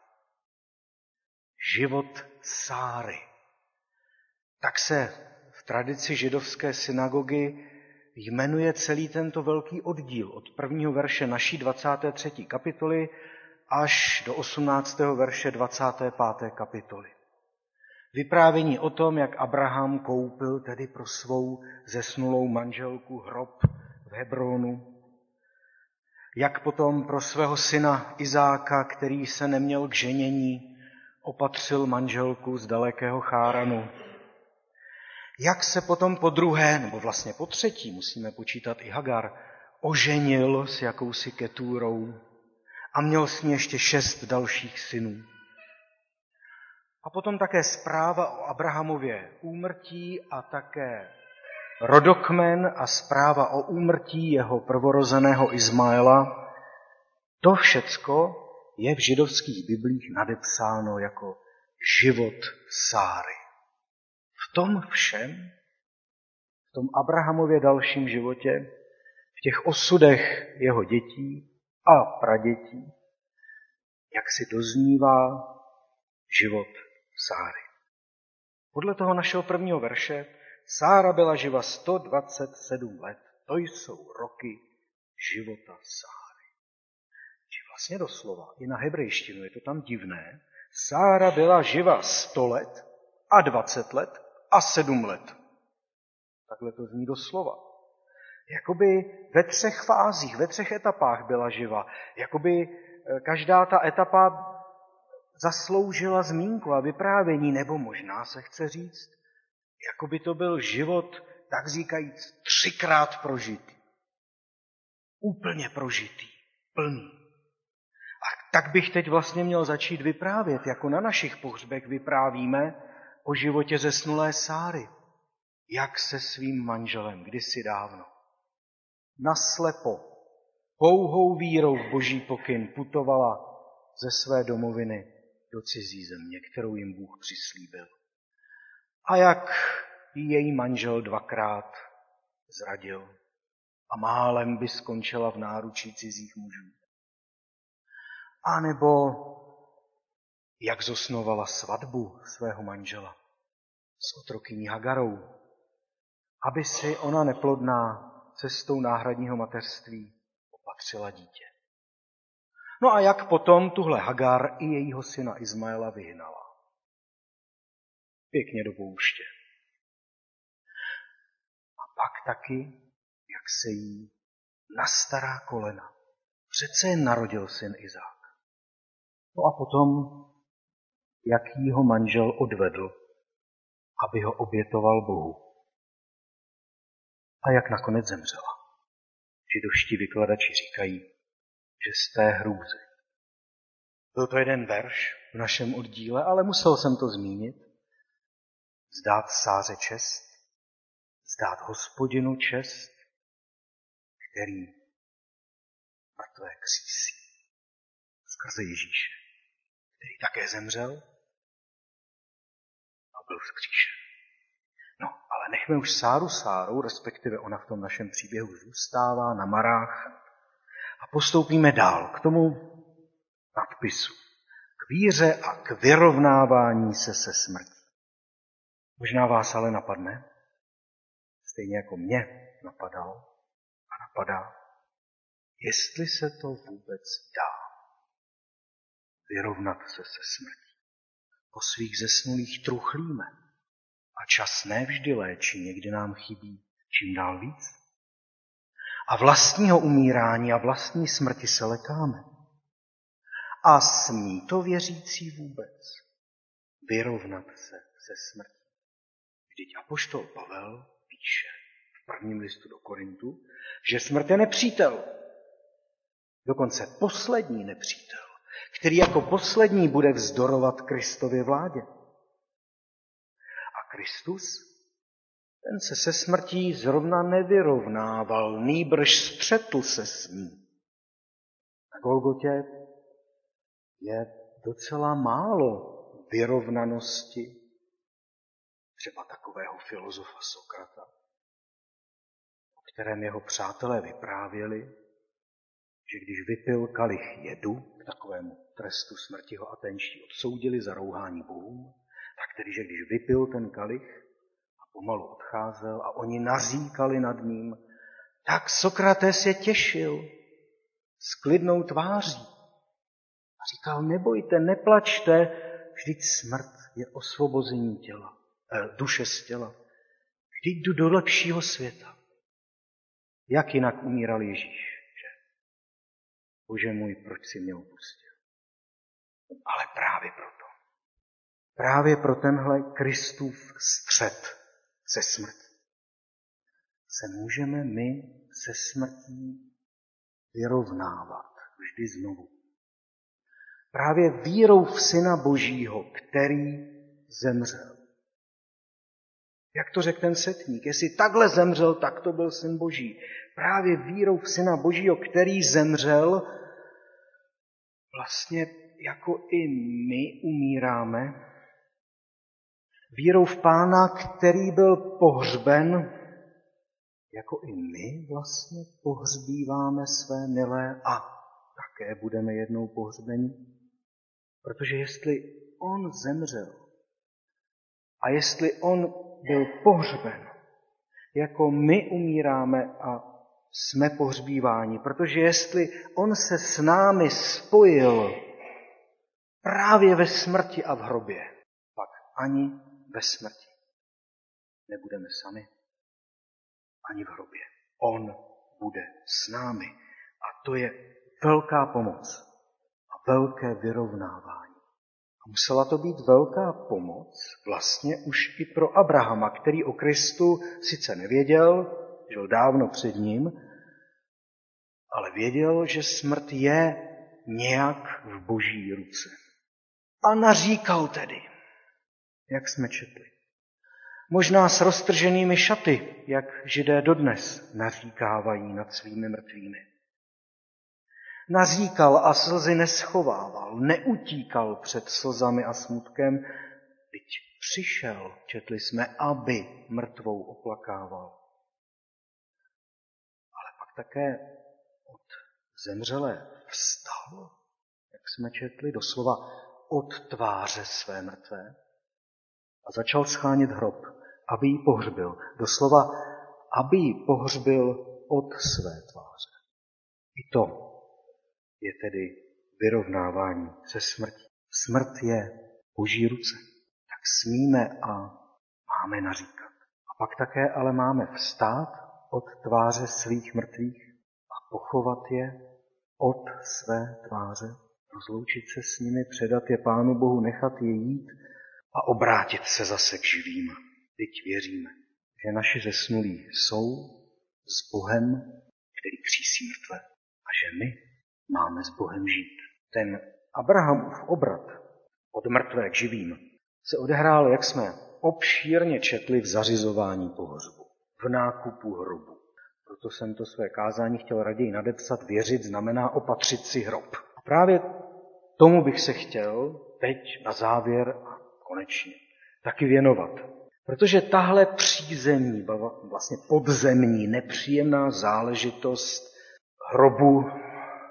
Život Sáry. Tak se v tradici židovské synagogy jmenuje celý tento velký oddíl od prvního verše naší dvacáté třetí kapitoly až do osmnáctého verše dvacáté páté kapitoly. Vyprávění o tom, jak Abraham koupil tedy pro svou zesnulou manželku hrob v Hebronu, jak potom pro svého syna Izáka, který se neměl k ženění, opatřil manželku z dalekého Cháranu. Jak se potom po druhé, nebo vlastně po třetí, musíme počítat i Hagar, oženil s jakousi Ketúrou a měl s ní ještě šest dalších synů. A potom také zpráva o Abrahamově úmrtí a také rodokmen a zpráva o úmrtí jeho prvorozeného Izmaela. To všecko je v židovských biblích nadepsáno jako život Sáry. V tom všem, v tom Abrahamově dalším životě, v těch osudech jeho dětí a pradětí, jak si doznívá život Sáry. Podle toho našeho prvního verše Sára byla živa sto dvacet sedm let. To jsou roky života Sáry. Či vlastně doslova, i na hebrejštinu je to tam divné. Sára byla živa sto let a dvacet let a sedm let. Takhle to zní doslova. Jakoby ve třech fázích, ve třech etapách byla živa. Jakoby každá ta etapa zasloužila zmínku a vyprávění, nebo možná se chce říct, jako by to byl život, tak říkajíc, třikrát prožitý. Úplně prožitý, plný. A tak bych teď vlastně měl začít vyprávět, jako na našich pohřbech vyprávíme o životě zesnulé Sáry. Jak se svým manželem kdysi dávno naslepo, pouhou vírou v boží pokyn putovala ze své domoviny do cizí země, kterou jim Bůh přislíbil. A jak ji její manžel dvakrát zradil a málem by skončila v náručí cizích mužů. A nebo jak zosnovala svatbu svého manžela s otrokyní Hagarou, aby si ona neplodná cestou náhradního mateřství opatřila dítě. No a jak potom tuhle Hagar i jejího syna Izmaela vyhnala. Pěkně do pouště. A pak taky, jak se jí na stará kolena přece jen narodil syn Izák. No a potom, jak jí ho manžel odvedl, aby ho obětoval Bohu. A jak nakonec zemřela. Židovští vykladači říkají, že z té hrůzy. Byl to jeden verš v našem oddíle, ale musel jsem to zmínit. Zdát Sáře čest, zdát Hospodinu čest, který mrtvé křísí skrze Ježíše, který také zemřel a byl vzkříšen. No, ale nechme už Sáru Sáru, respektive ona v tom našem příběhu zůstává na marách a postoupíme dál k tomu nadpisu. K víře a k vyrovnávání se se smrtí. Možná vás ale napadne, stejně jako mě napadal a napadá, jestli se to vůbec dá vyrovnat se se smrtí. Po svých zesnulých truchlíme a čas nevždy léčí, někdy nám chybí čím dál víc. A vlastního umírání a vlastní smrti se lekáme. A smí to věřící vůbec vyrovnat se se smrtí. Vždyť apoštol Pavel píše v prvním listu do Korintu, že smrt je nepřítel. Dokonce poslední nepřítel, který jako poslední bude vzdorovat Kristově vládě. A Kristus, ten se se smrtí zrovna nevyrovnával, nýbrž střetl se s ní. Na Golgotě je docela málo vyrovnanosti, třeba takového filozofa Sokrata, o kterém jeho přátelé vyprávěli, že když vypil kalich jedu, k takovému trestu smrti ho aténští odsoudili za rouhání bohům, tak tedy, že když vypil ten kalich a pomalu odcházel a oni nazíkali nad ním, tak Sokrates je těšil s klidnou tváří. A říkal, nebojte, neplačte, vždyť smrt je osvobození těla, eh, duše z těla. Vždyť jdu do lepšího světa. Jak jinak umíral Ježíš, že? Bože můj, proč jsi mě opustil? Ale právě proto. Právě pro tenhle Kristův střet se smrtí se můžeme my se smrtí vyrovnávat vždy znovu. Právě vírou v Syna Božího, který zemřel. Jak to řekl ten setník? Jestli takhle zemřel, tak to byl Syn Boží. Právě vírou v Syna Božího, který zemřel, vlastně jako i my umíráme. Vírou v Pána, který byl pohřben, jako i my vlastně pohřbíváme své milé a také budeme jednou pohřbeni. Protože jestli on zemřel a jestli on byl pohřben, jako my umíráme a jsme pohřbíváni, protože jestli on se s námi spojil právě ve smrti a v hrobě, pak ani ve smrti nebudeme sami, ani v hrobě. On bude s námi. A to je velká pomoc a velké vyrovnávání. A musela to být velká pomoc vlastně už i pro Abrahama, který o Kristu sice nevěděl, žil dávno před ním, ale věděl, že smrt je nějak v Boží ruce. A naříkal tedy, jak jsme četli. Možná s roztrženými šaty, jak Židé dodnes naříkávají nad svými mrtvými. Naříkal a slzy neschovával, neutíkal před slzami a smutkem, byť přišel, četli jsme, aby mrtvou oplakával. Ale pak také od zemřelé vstal, jak jsme četli, doslova od tváře své mrtvé a začal schánět hrob, aby ji pohřbil. Doslova, aby ji pohřbil od své tváře. I to je tedy vyrovnávání se smrtí. Smrt je Boží ruce. Tak smíme a máme naříkat. A pak také ale máme vstát od tváře svých mrtvých a pochovat je od své tváře. Rozloučit se s nimi, předat je Pánu Bohu, nechat je jít a obrátit se zase k živým. Teď věříme, že naši zesnulí jsou s Bohem, který křísí mrtvé. A že my máme s Bohem žít. Ten Abrahamův obrat od mrtvé k živým se odehrál, jak jsme obšírně četli, v zařizování pohřbu, v nákupu hrobu. Proto jsem to své kázání chtěl raději nadepsat: věřit znamená opatřit si hrob. A právě tomu bych se chtěl teď na závěr a konečně taky věnovat. Protože tahle přízemní, vlastně podzemní, nepříjemná záležitost hrobu a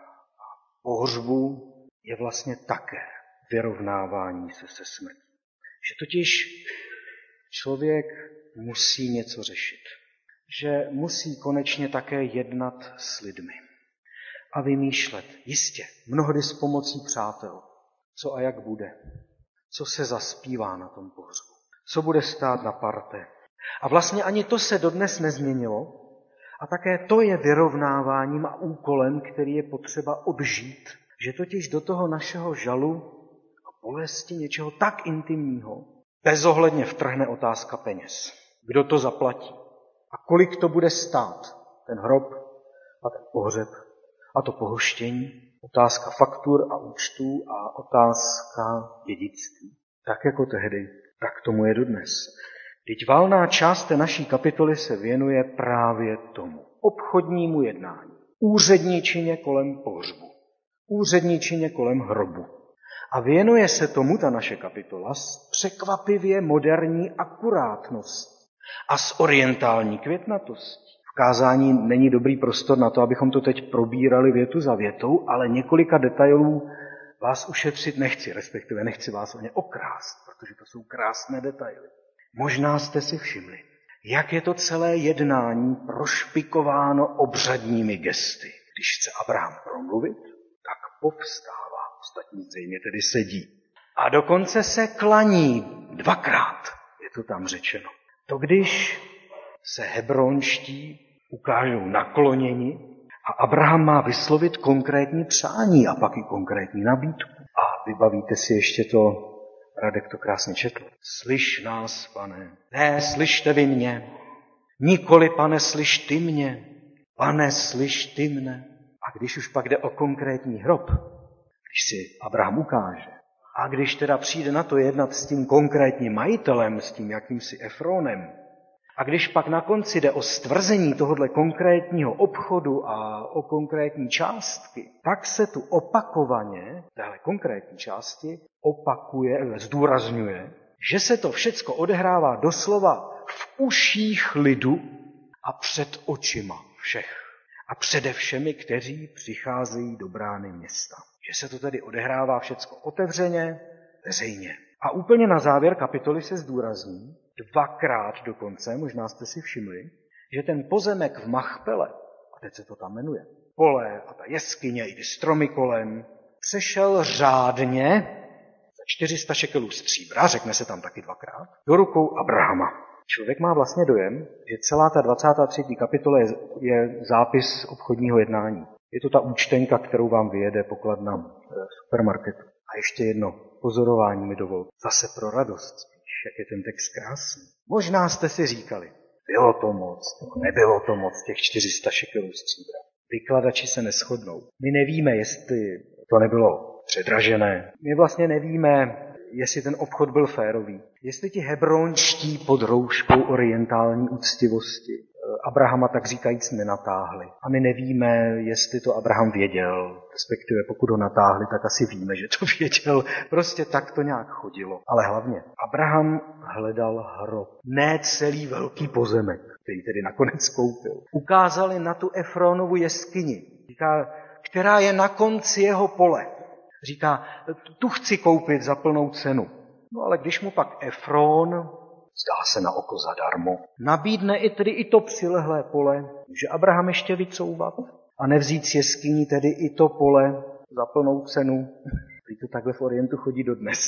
pohřbu je vlastně také vyrovnávání se se smrtí. Že totiž člověk musí něco řešit. Že musí konečně také jednat s lidmi a vymýšlet, jistě, mnohdy s pomocí přátel, co a jak bude, co se zaspívá na tom pohřbu, co bude stát na parte. A vlastně ani to se dodnes nezměnilo a také to je vyrovnáváním a úkolem, který je potřeba odžít, že totiž do toho našeho žalu a bolesti něčeho tak intimního bezohledně vtrhne otázka peněz. Kdo to zaplatí? A kolik to bude stát? Ten hrob a ten pohřeb a to pohoštění, otázka faktur a účtů a otázka dědictví. Tak jako tehdy, tak tomu je dodnes. Vždyť valná část té naší kapitoly se věnuje právě tomu obchodnímu jednání. Úředničině kolem pohřbu. Úředničině kolem hrobu. A věnuje se tomu ta naše kapitola s překvapivě moderní akurátností a s orientální květnatostí. V kázání není dobrý prostor na to, abychom to teď probírali větu za větou, ale několika detailů vás ušetřit nechci, respektive nechci vás o ně okrást, protože to jsou krásné detaily. Možná jste si všimli, jak je to celé jednání prošpikováno obřadními gesty. Když chce Abraham promluvit, tak povstává ostatní zřejmě tedy sedí. A dokonce se klaní dvakrát, je to tam řečeno. To když se hebronští ukážou nakloněni a Abraham má vyslovit konkrétní přání a pak i konkrétní nabídku. A vybavíte si ještě to, Radek to krásně četl. Slyš nás, Pane. Ne, slyšte vy mě. Nikoli, Pane, slyš ty mě. Pane, slyš ty mne. A když už pak jde o konkrétní hrob, když si Abraham ukáže, a když teda přijde na to jednat s tím konkrétním majitelem, s tím jakýmsi Efronem, a když pak na konci jde o stvrzení tohohle konkrétního obchodu a o konkrétní částky, tak se tu opakovaně, téhle konkrétní části, opakuje, zdůrazňuje, že se to všecko odehrává doslova v uších lidu a před očima všech. A přede všemi, kteří přicházejí do brány města. Že se to tedy odehrává všecko otevřeně, veřejně. A úplně na závěr kapitoly se zdůrazní, dvakrát dokonce, možná jste si všimli, že ten pozemek v Machpele, a teď se to tam jmenuje, pole a ta jeskyně i ty stromy kolem, přešel řádně za čtyři sta šekelů stříbra, řekne se tam taky dvakrát, do rukou Abrahama. Člověk má vlastně dojem, že celá ta dvacátá třetí kapitola je, je zápis obchodního jednání. Je to ta účtenka, kterou vám vyjede pokladna v supermarketu. A ještě jedno pozorování mi dovolte. Zase pro radost spíš, jak je ten text krásný. Možná jste si říkali, bylo to moc, nebylo to moc, těch čtyři sta šekelů stříbra. Vykladači se neshodnou. My nevíme, jestli to nebylo předražené. My vlastně nevíme, jestli ten obchod byl férový. Jestli ti hebronští pod rouškou orientální úctivosti Abrahama tak říkajíc nenatáhli. A my nevíme, jestli to Abraham věděl, respektive pokud ho natáhli, tak asi víme, že to věděl. Prostě tak to nějak chodilo. Ale hlavně, Abraham hledal hrob. Ne celý velký pozemek, který tedy nakonec koupil. Ukázali na tu Efronovu jeskyni, říká, která je na konci jeho pole. Říká, tu chci koupit za plnou cenu. No ale když mu pak Efron, zdá se na oko zadarmo, nabídne i tedy i to přilehlé pole, může Abraham ještě vycouvat a nevzít z jeskyní tedy i to pole za plnou cenu. Teď to takhle v Orientu chodí dodnes.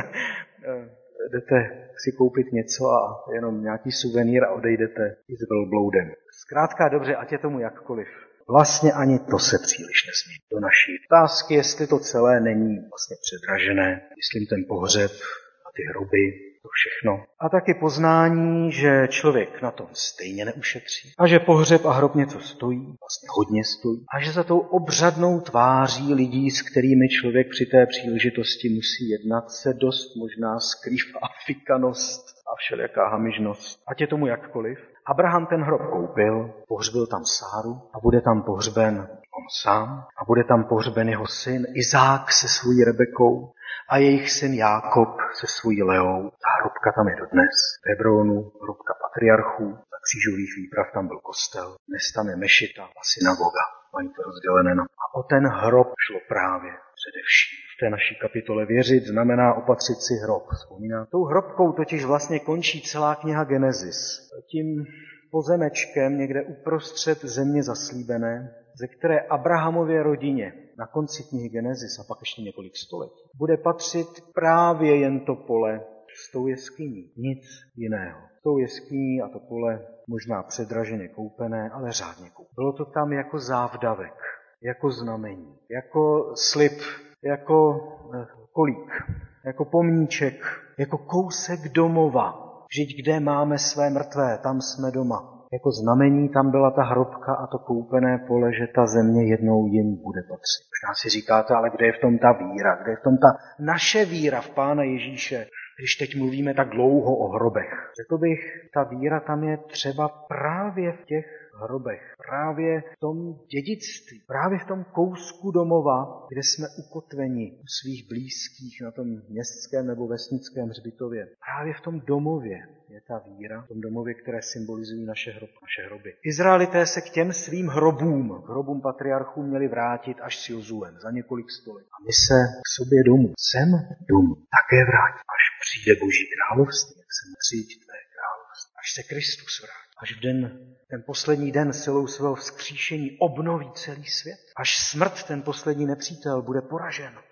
Jdete si koupit něco a jenom nějaký suvenýr a odejdete i s velbloudem. Zkrátka dobře, ať je tomu jakkoliv. Vlastně ani to se příliš nesmí. Do naší otázky, jestli to celé není vlastně předražené, myslím ten pohřeb a ty hroby, to všechno. A taky poznání, že člověk na tom stejně neušetří. A že pohřeb a hrob něco stojí, vlastně hodně stojí. A že za tou obřadnou tváří lidí, s kterými člověk při té příležitosti musí jednat, se dost možná skrývá fikanost a všelijaká hamižnost. Ať je tomu jakkoliv. Abraham ten hrob koupil, pohřbil tam Sáru a bude tam pohřben on sám a bude tam pohřben jeho syn Izák se svojí Rebekou a jejich syn Jákob se svojí Leou. Ta hrobka tam je dodnes. V Hebronu hrobka patriarchů, za křížových výprav tam byl kostel, dnes tam je mešita a synagoga. Mají to rozdělené na... A o ten hrob šlo právě především. V té naší kapitole věřit znamená opatřit si hrob. Vzpomíná? Tou hrobkou totiž vlastně končí celá kniha Genesis. Tím pozemečkem někde uprostřed země zaslíbené, ze které Abrahamově rodině na konci knihy Genesis a pak ještě několik století bude patřit právě jen to pole s tou jeskyní. Nic jiného. S tou jeskyní a to pole možná předraženě koupené, ale řádně koupené. Bylo to tam jako závdavek, jako znamení, jako slib, jako kolík, jako pomníček, jako kousek domova. Vždyť kde máme své mrtvé, tam jsme doma. Jako znamení tam byla ta hrobka a to koupené pole, že ta země jednou jim bude patřit. Možná si říkáte, ale kde je v tom ta víra, kde je v tom ta naše víra v Pána Ježíše, když teď mluvíme tak dlouho o hrobech. Řekl bych, ta víra tam je třeba právě v těch hrobech, právě v tom dědictví, právě v tom kousku domova, kde jsme ukotveni u svých blízkých na tom městském nebo vesnickém hřbitově. Právě v tom domově je ta víra, v tom domově, které symbolizují naše hroby. Naše hroby. Izraelité se k těm svým hrobům, k hrobům patriarchů měli vrátit až s Jozuem za několik století. A my se k sobě domů, sem domů, také vrátí, až přijde Boží království, jak se přijít tvé království, až se Kristus vrátí. Až v den, ten poslední den silou svého vzkříšení obnoví celý svět. Až smrt, ten poslední nepřítel, bude poražen.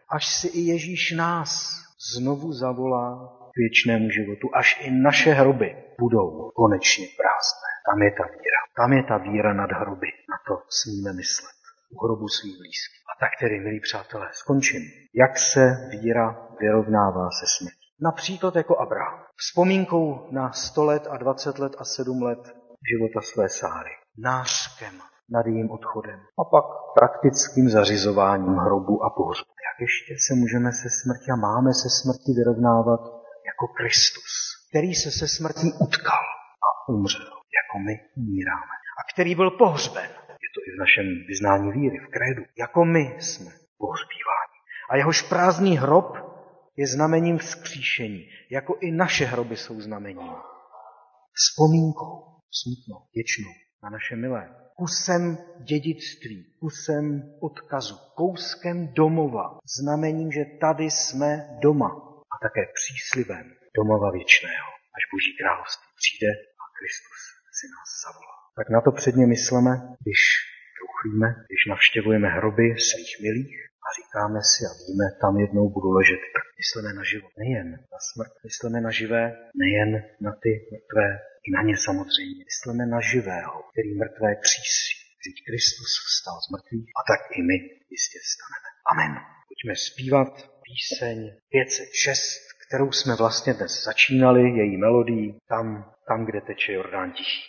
až si i Ježíš nás znovu zavolá k věčnému životu, až i naše hroby budou konečně prázdné. Tam je ta víra. Tam je ta víra nad hroby. Na to smíme myslet. U hrobu svých blízkých. A tak tedy, milí přátelé, skončím. Jak se víra vyrovnává se smrtí? Například jako Abraham. Vzpomínkou na sto let a dvacet let a sedm let života své Sáry. Nářkem nad jejím odchodem. A pak praktickým zařizováním hrobu a pohřbu. Jak ještě se můžeme se smrtí a máme se smrtí vyrovnávat jako Kristus, který se se smrtí utkal a umřel, jako my umíráme. A který byl pohřben. Je to i v našem vyznání víry, v krédu. Jako my jsme pohřbíváni. A jehož prázdný hrob je znamením vzkříšení, jako i naše hroby jsou znamením. Vzpomínkou, smutnou, věčnou na naše milé. Kusem dědictví, kusem odkazu, kouskem domova, znamením, že tady jsme doma a také příslibem domova věčného, až Boží království přijde a Kristus si nás zavolá. Tak na to předně myslíme, když truchlíme, když navštěvujeme hroby svých milých a říkáme si a víme, tam jednou budu ležet. Tak myslíme na život, nejen na smrt, myslíme na živé, nejen na ty mrtvé, i na ně samozřejmě. Myslíme na živého, který mrtvé křísí. Vždyť Kristus vstal z mrtvých a tak i my jistě vstaneme. Amen. Pojďme zpívat píseň pět set šest, kterou jsme vlastně dnes začínali, její melodii, tam, tam, kde teče Jordán tichý.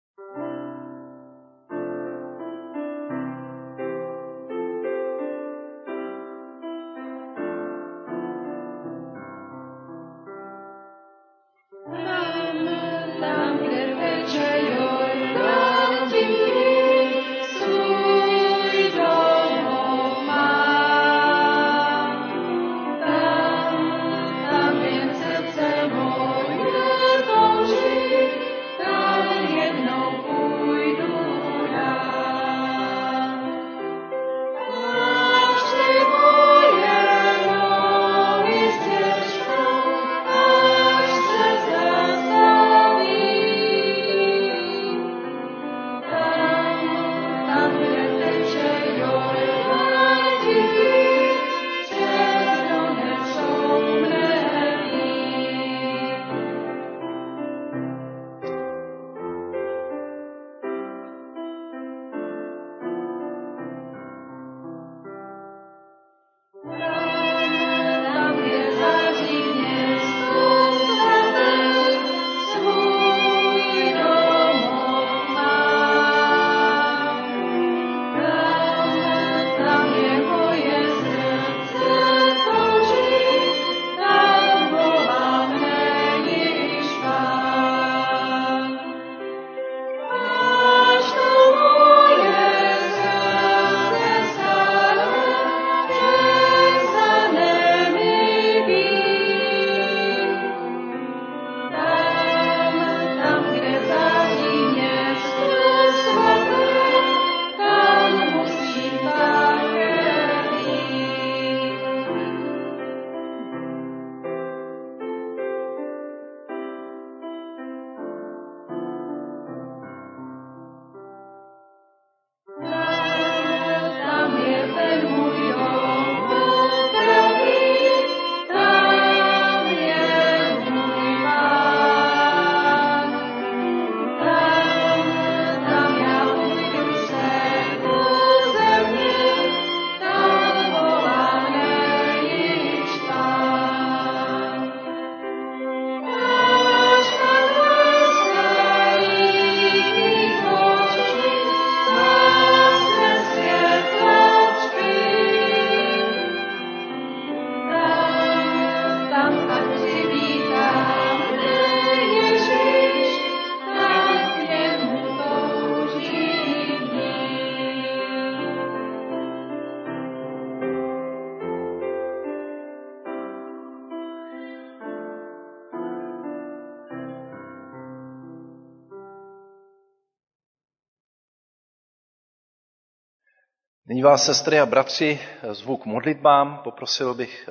Nyní vás, sestry a bratři, zvu k modlitbám. Poprosil bych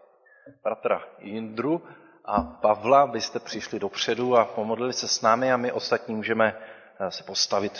bratra Jindru a Pavla, abyste přišli dopředu a pomodlili se s námi a my ostatní můžeme se postavit.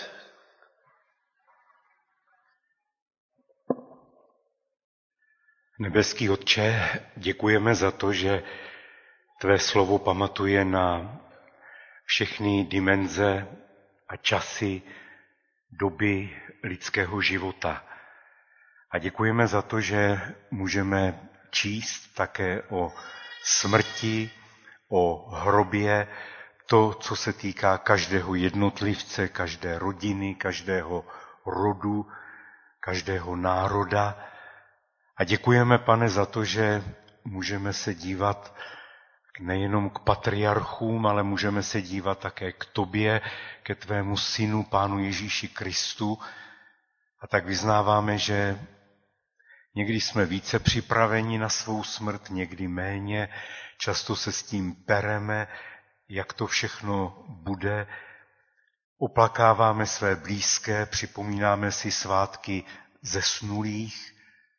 Nebeský Otče, děkujeme za to, že tvé slovo pamatuje na všechny dimenze a časy, doby lidského života. A děkujeme za to, že můžeme číst také o smrti, o hrobě, to, co se týká každého jednotlivce, každé rodiny, každého rodu, každého národa. A děkujeme, Pane, za to, že můžeme se dívat nejenom k patriarchům, ale můžeme se dívat také k tobě, ke tvému synu, Pánu Ježíši Kristu. A tak vyznáváme, že někdy jsme více připraveni na svou smrt, někdy méně. Často se s tím pereme, jak to všechno bude. Oplakáváme své blízké, připomínáme si svátky zesnulých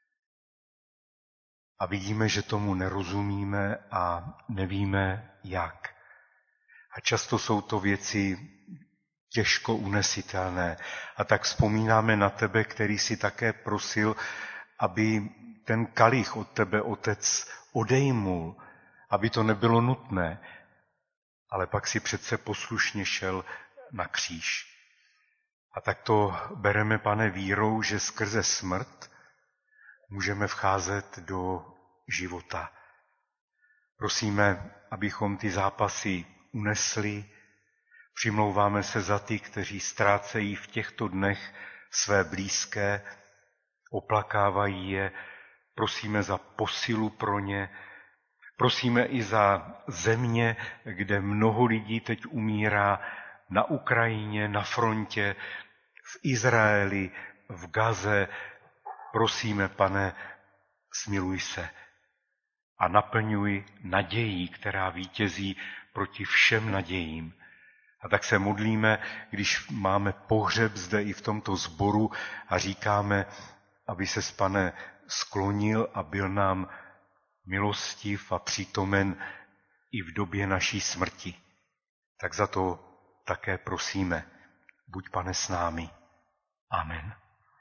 a vidíme, že tomu nerozumíme a nevíme jak. A často jsou to věci těžko unesitelné. A tak vzpomínáme na tebe, který si také prosil, aby ten kalich od tebe, Otec, odejmul, aby to nebylo nutné. Ale pak si přece poslušně šel na kříž. A tak to bereme, Pane, vírou, že skrze smrt můžeme vcházet do života. Prosíme, abychom ty zápasy unesli. Přimlouváme se za ty, kteří ztrácejí v těchto dnech své blízké, oplakávají je. Prosíme za posilu pro ně. Prosíme i za země, kde mnoho lidí teď umírá, na Ukrajině, na frontě, v Izraeli, v Gaze. Prosíme, Pane, smiluj se a naplňuj nadějí, která vítězí proti všem nadějím. A tak se modlíme, když máme pohřeb zde i v tomto sboru a říkáme, aby ses, Pane, sklonil a byl nám milostiv a přítomen i v době naší smrti. Tak za to také prosíme. Buď, Pane, s námi. Amen.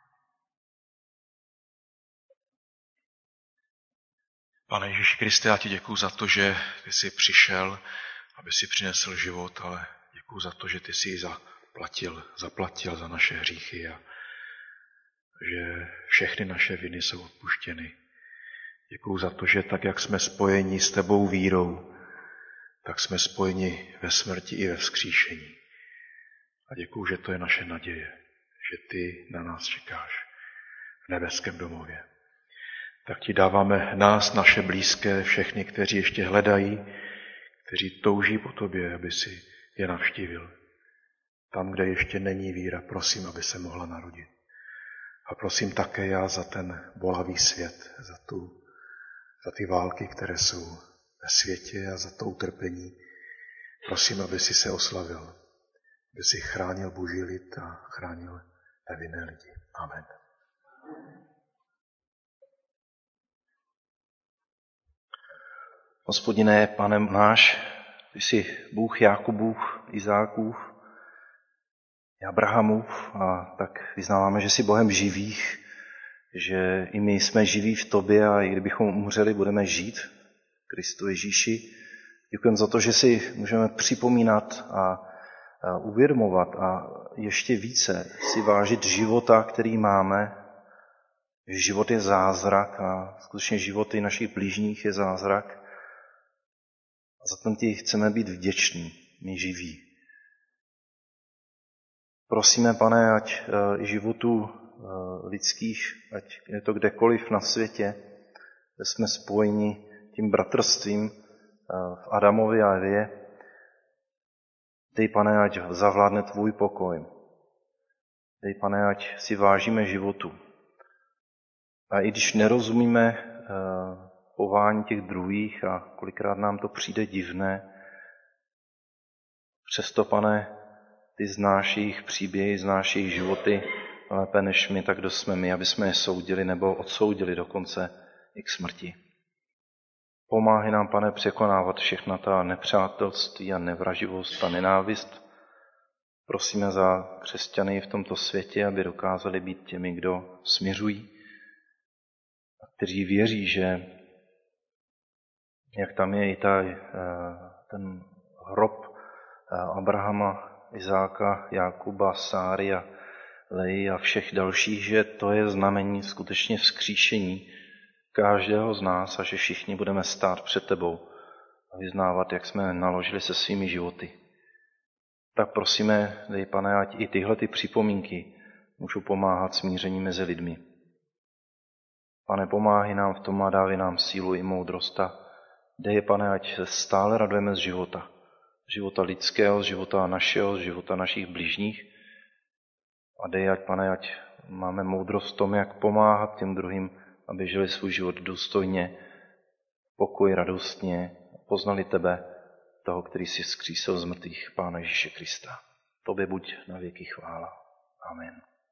Pane Ježíši Kriste, já ti děkuju za to, že ty jsi přišel, aby si přinesl život, ale děkuju za to, že ty jsi zaplatil, zaplatil za naše hříchy a že všechny naše viny jsou odpuštěny. Děkuju za to, že tak, jak jsme spojeni s tebou vírou, tak jsme spojeni ve smrti i ve vzkříšení. A děkuju, že to je naše naděje, že ty na nás čekáš v nebeském domově. Tak ti dáváme nás, naše blízké, všechny, kteří ještě hledají, kteří touží po tobě, aby si je navštívil. Tam, kde ještě není víra, prosím, aby se mohla narodit. A prosím také já za ten bolavý svět, za, tu, za ty války, které jsou ve světě a za to utrpení. Prosím, aby si se oslavil, aby si chránil boží lid a chránil nevinné lidi. Amen. Hospodine, Pane náš, ty jsi Bůh Jákobův, Izákův, Abrahamův, a tak vyznáváme, že jsi Bohem živých, že i my jsme živí v tobě a i kdybychom umřeli, budeme žít v Kristu Ježíši. Děkujeme za to, že si můžeme připomínat a, a uvědomovat a ještě více si vážit života, který máme, že život je zázrak a skutečně životy našich blížních je zázrak. A za ten ti chceme být vděční, my živí. Prosíme, Pane, ať i životů lidských, ať je to kdekoliv na světě, kde jsme spojeni tím bratrstvím v Adamovi a Evě. Dej, Pane, ať zavládne tvůj pokoj. Dej, Pane, ať si vážíme životu. A i když nerozumíme chování těch druhých a kolikrát nám to přijde divné, přesto, Pane, ty znáš jejich příběhy, znáš jejich životy lépe než my, tak kdo jsme my, aby jsme je soudili nebo odsoudili dokonce i k smrti. Pomáhej nám, Pane, překonávat všechna ta nepřátelství a nevraživost a nenávist. Prosíme za křesťany v tomto světě, aby dokázali být těmi, kdo směřují kteří věří, že jak tam je i ta, ten hrob Abrahama, Izáka, Jákuba, Sáry a Leji a všech dalších, že to je znamení skutečně vzkříšení každého z nás a že všichni budeme stát před tebou a vyznávat, jak jsme naložili se svými životy. Tak prosíme, dej Pane, ať i tyhle ty připomínky můžou pomáhat smíření mezi lidmi. Pane, pomáhej nám v tom a dávej nám sílu i moudrost a dej, Pane, ať se stále radujeme z života. Z života lidského, z života našeho, z života našich bližních. A dej, ať, Pane, ať máme moudrost v tom, jak pomáhat těm druhým, aby žili svůj život důstojně, pokoj, radostně, poznali tebe, toho, který jsi vzkřísil z mrtvých, Pána Ježíše Krista. Tobě buď na věky chvála. Amen.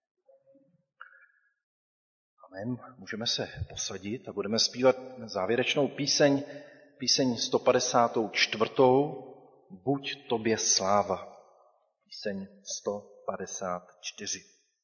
Amen. Můžeme se posadit a budeme zpívat závěrečnou píseň, píseň sto padesát čtyři. Buď tobě sláva. Píseň sto padesát čtyři.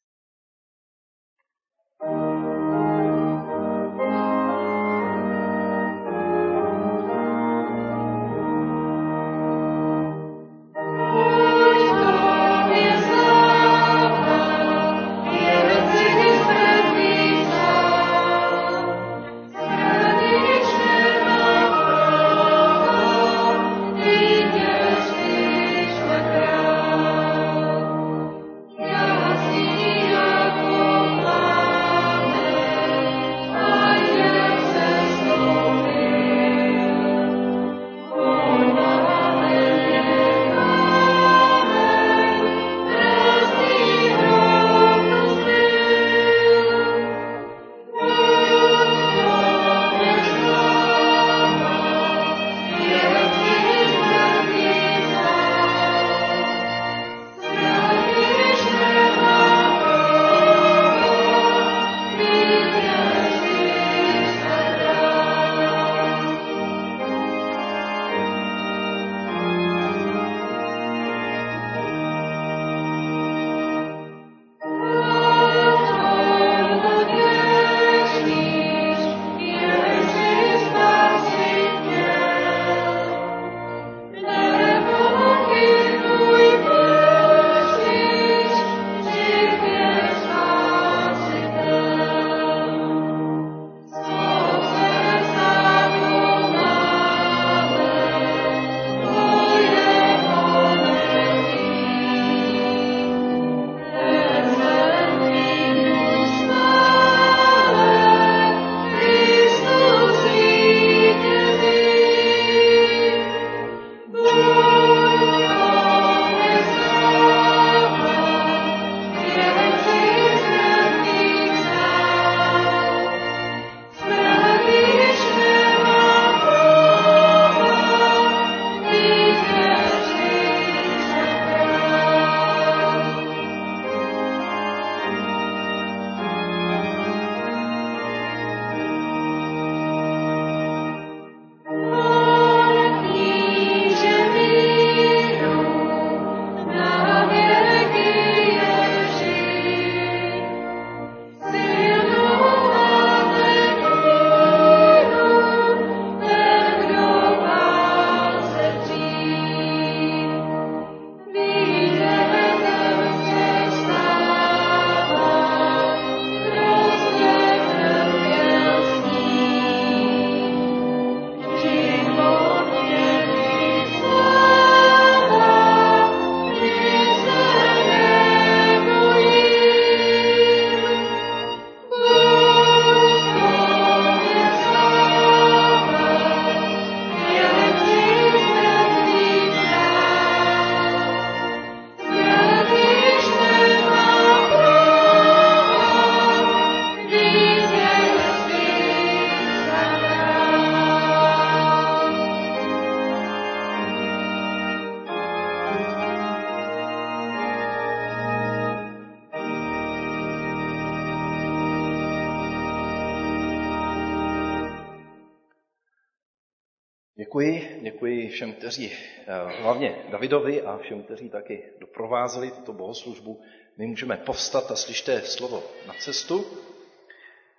Děkuji, děkuji všem, kteří, hlavně Davidovi a všem, kteří taky doprovázeli tuto bohoslužbu. My můžeme povstat a slyšte slovo na cestu.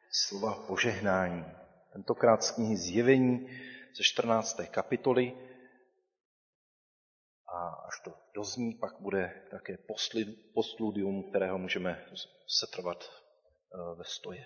slova požehnání. Tentokrát z knihy Zjevení ze čtrnácté kapitoly a až to dozní, pak bude také postludium, kterého můžeme setrvat ve stoje.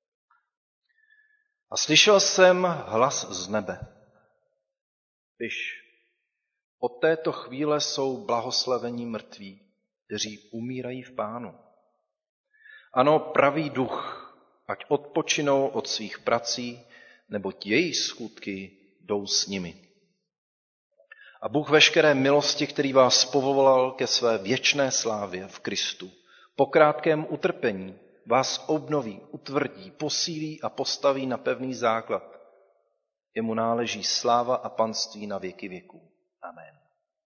A slyšel jsem hlas z nebe. Piš, od této chvíle jsou blahoslavení mrtví, kteří umírají v Pánu. Ano, pravý duch, ať odpočinou od svých prací, neboť její skutky jdou s nimi. A Bůh veškeré milosti, který vás povolal ke své věčné slávě v Kristu, po krátkém utrpení vás obnoví, utvrdí, posílí a postaví na pevný základ. Jemu náleží sláva a panství na věky věků. Amen.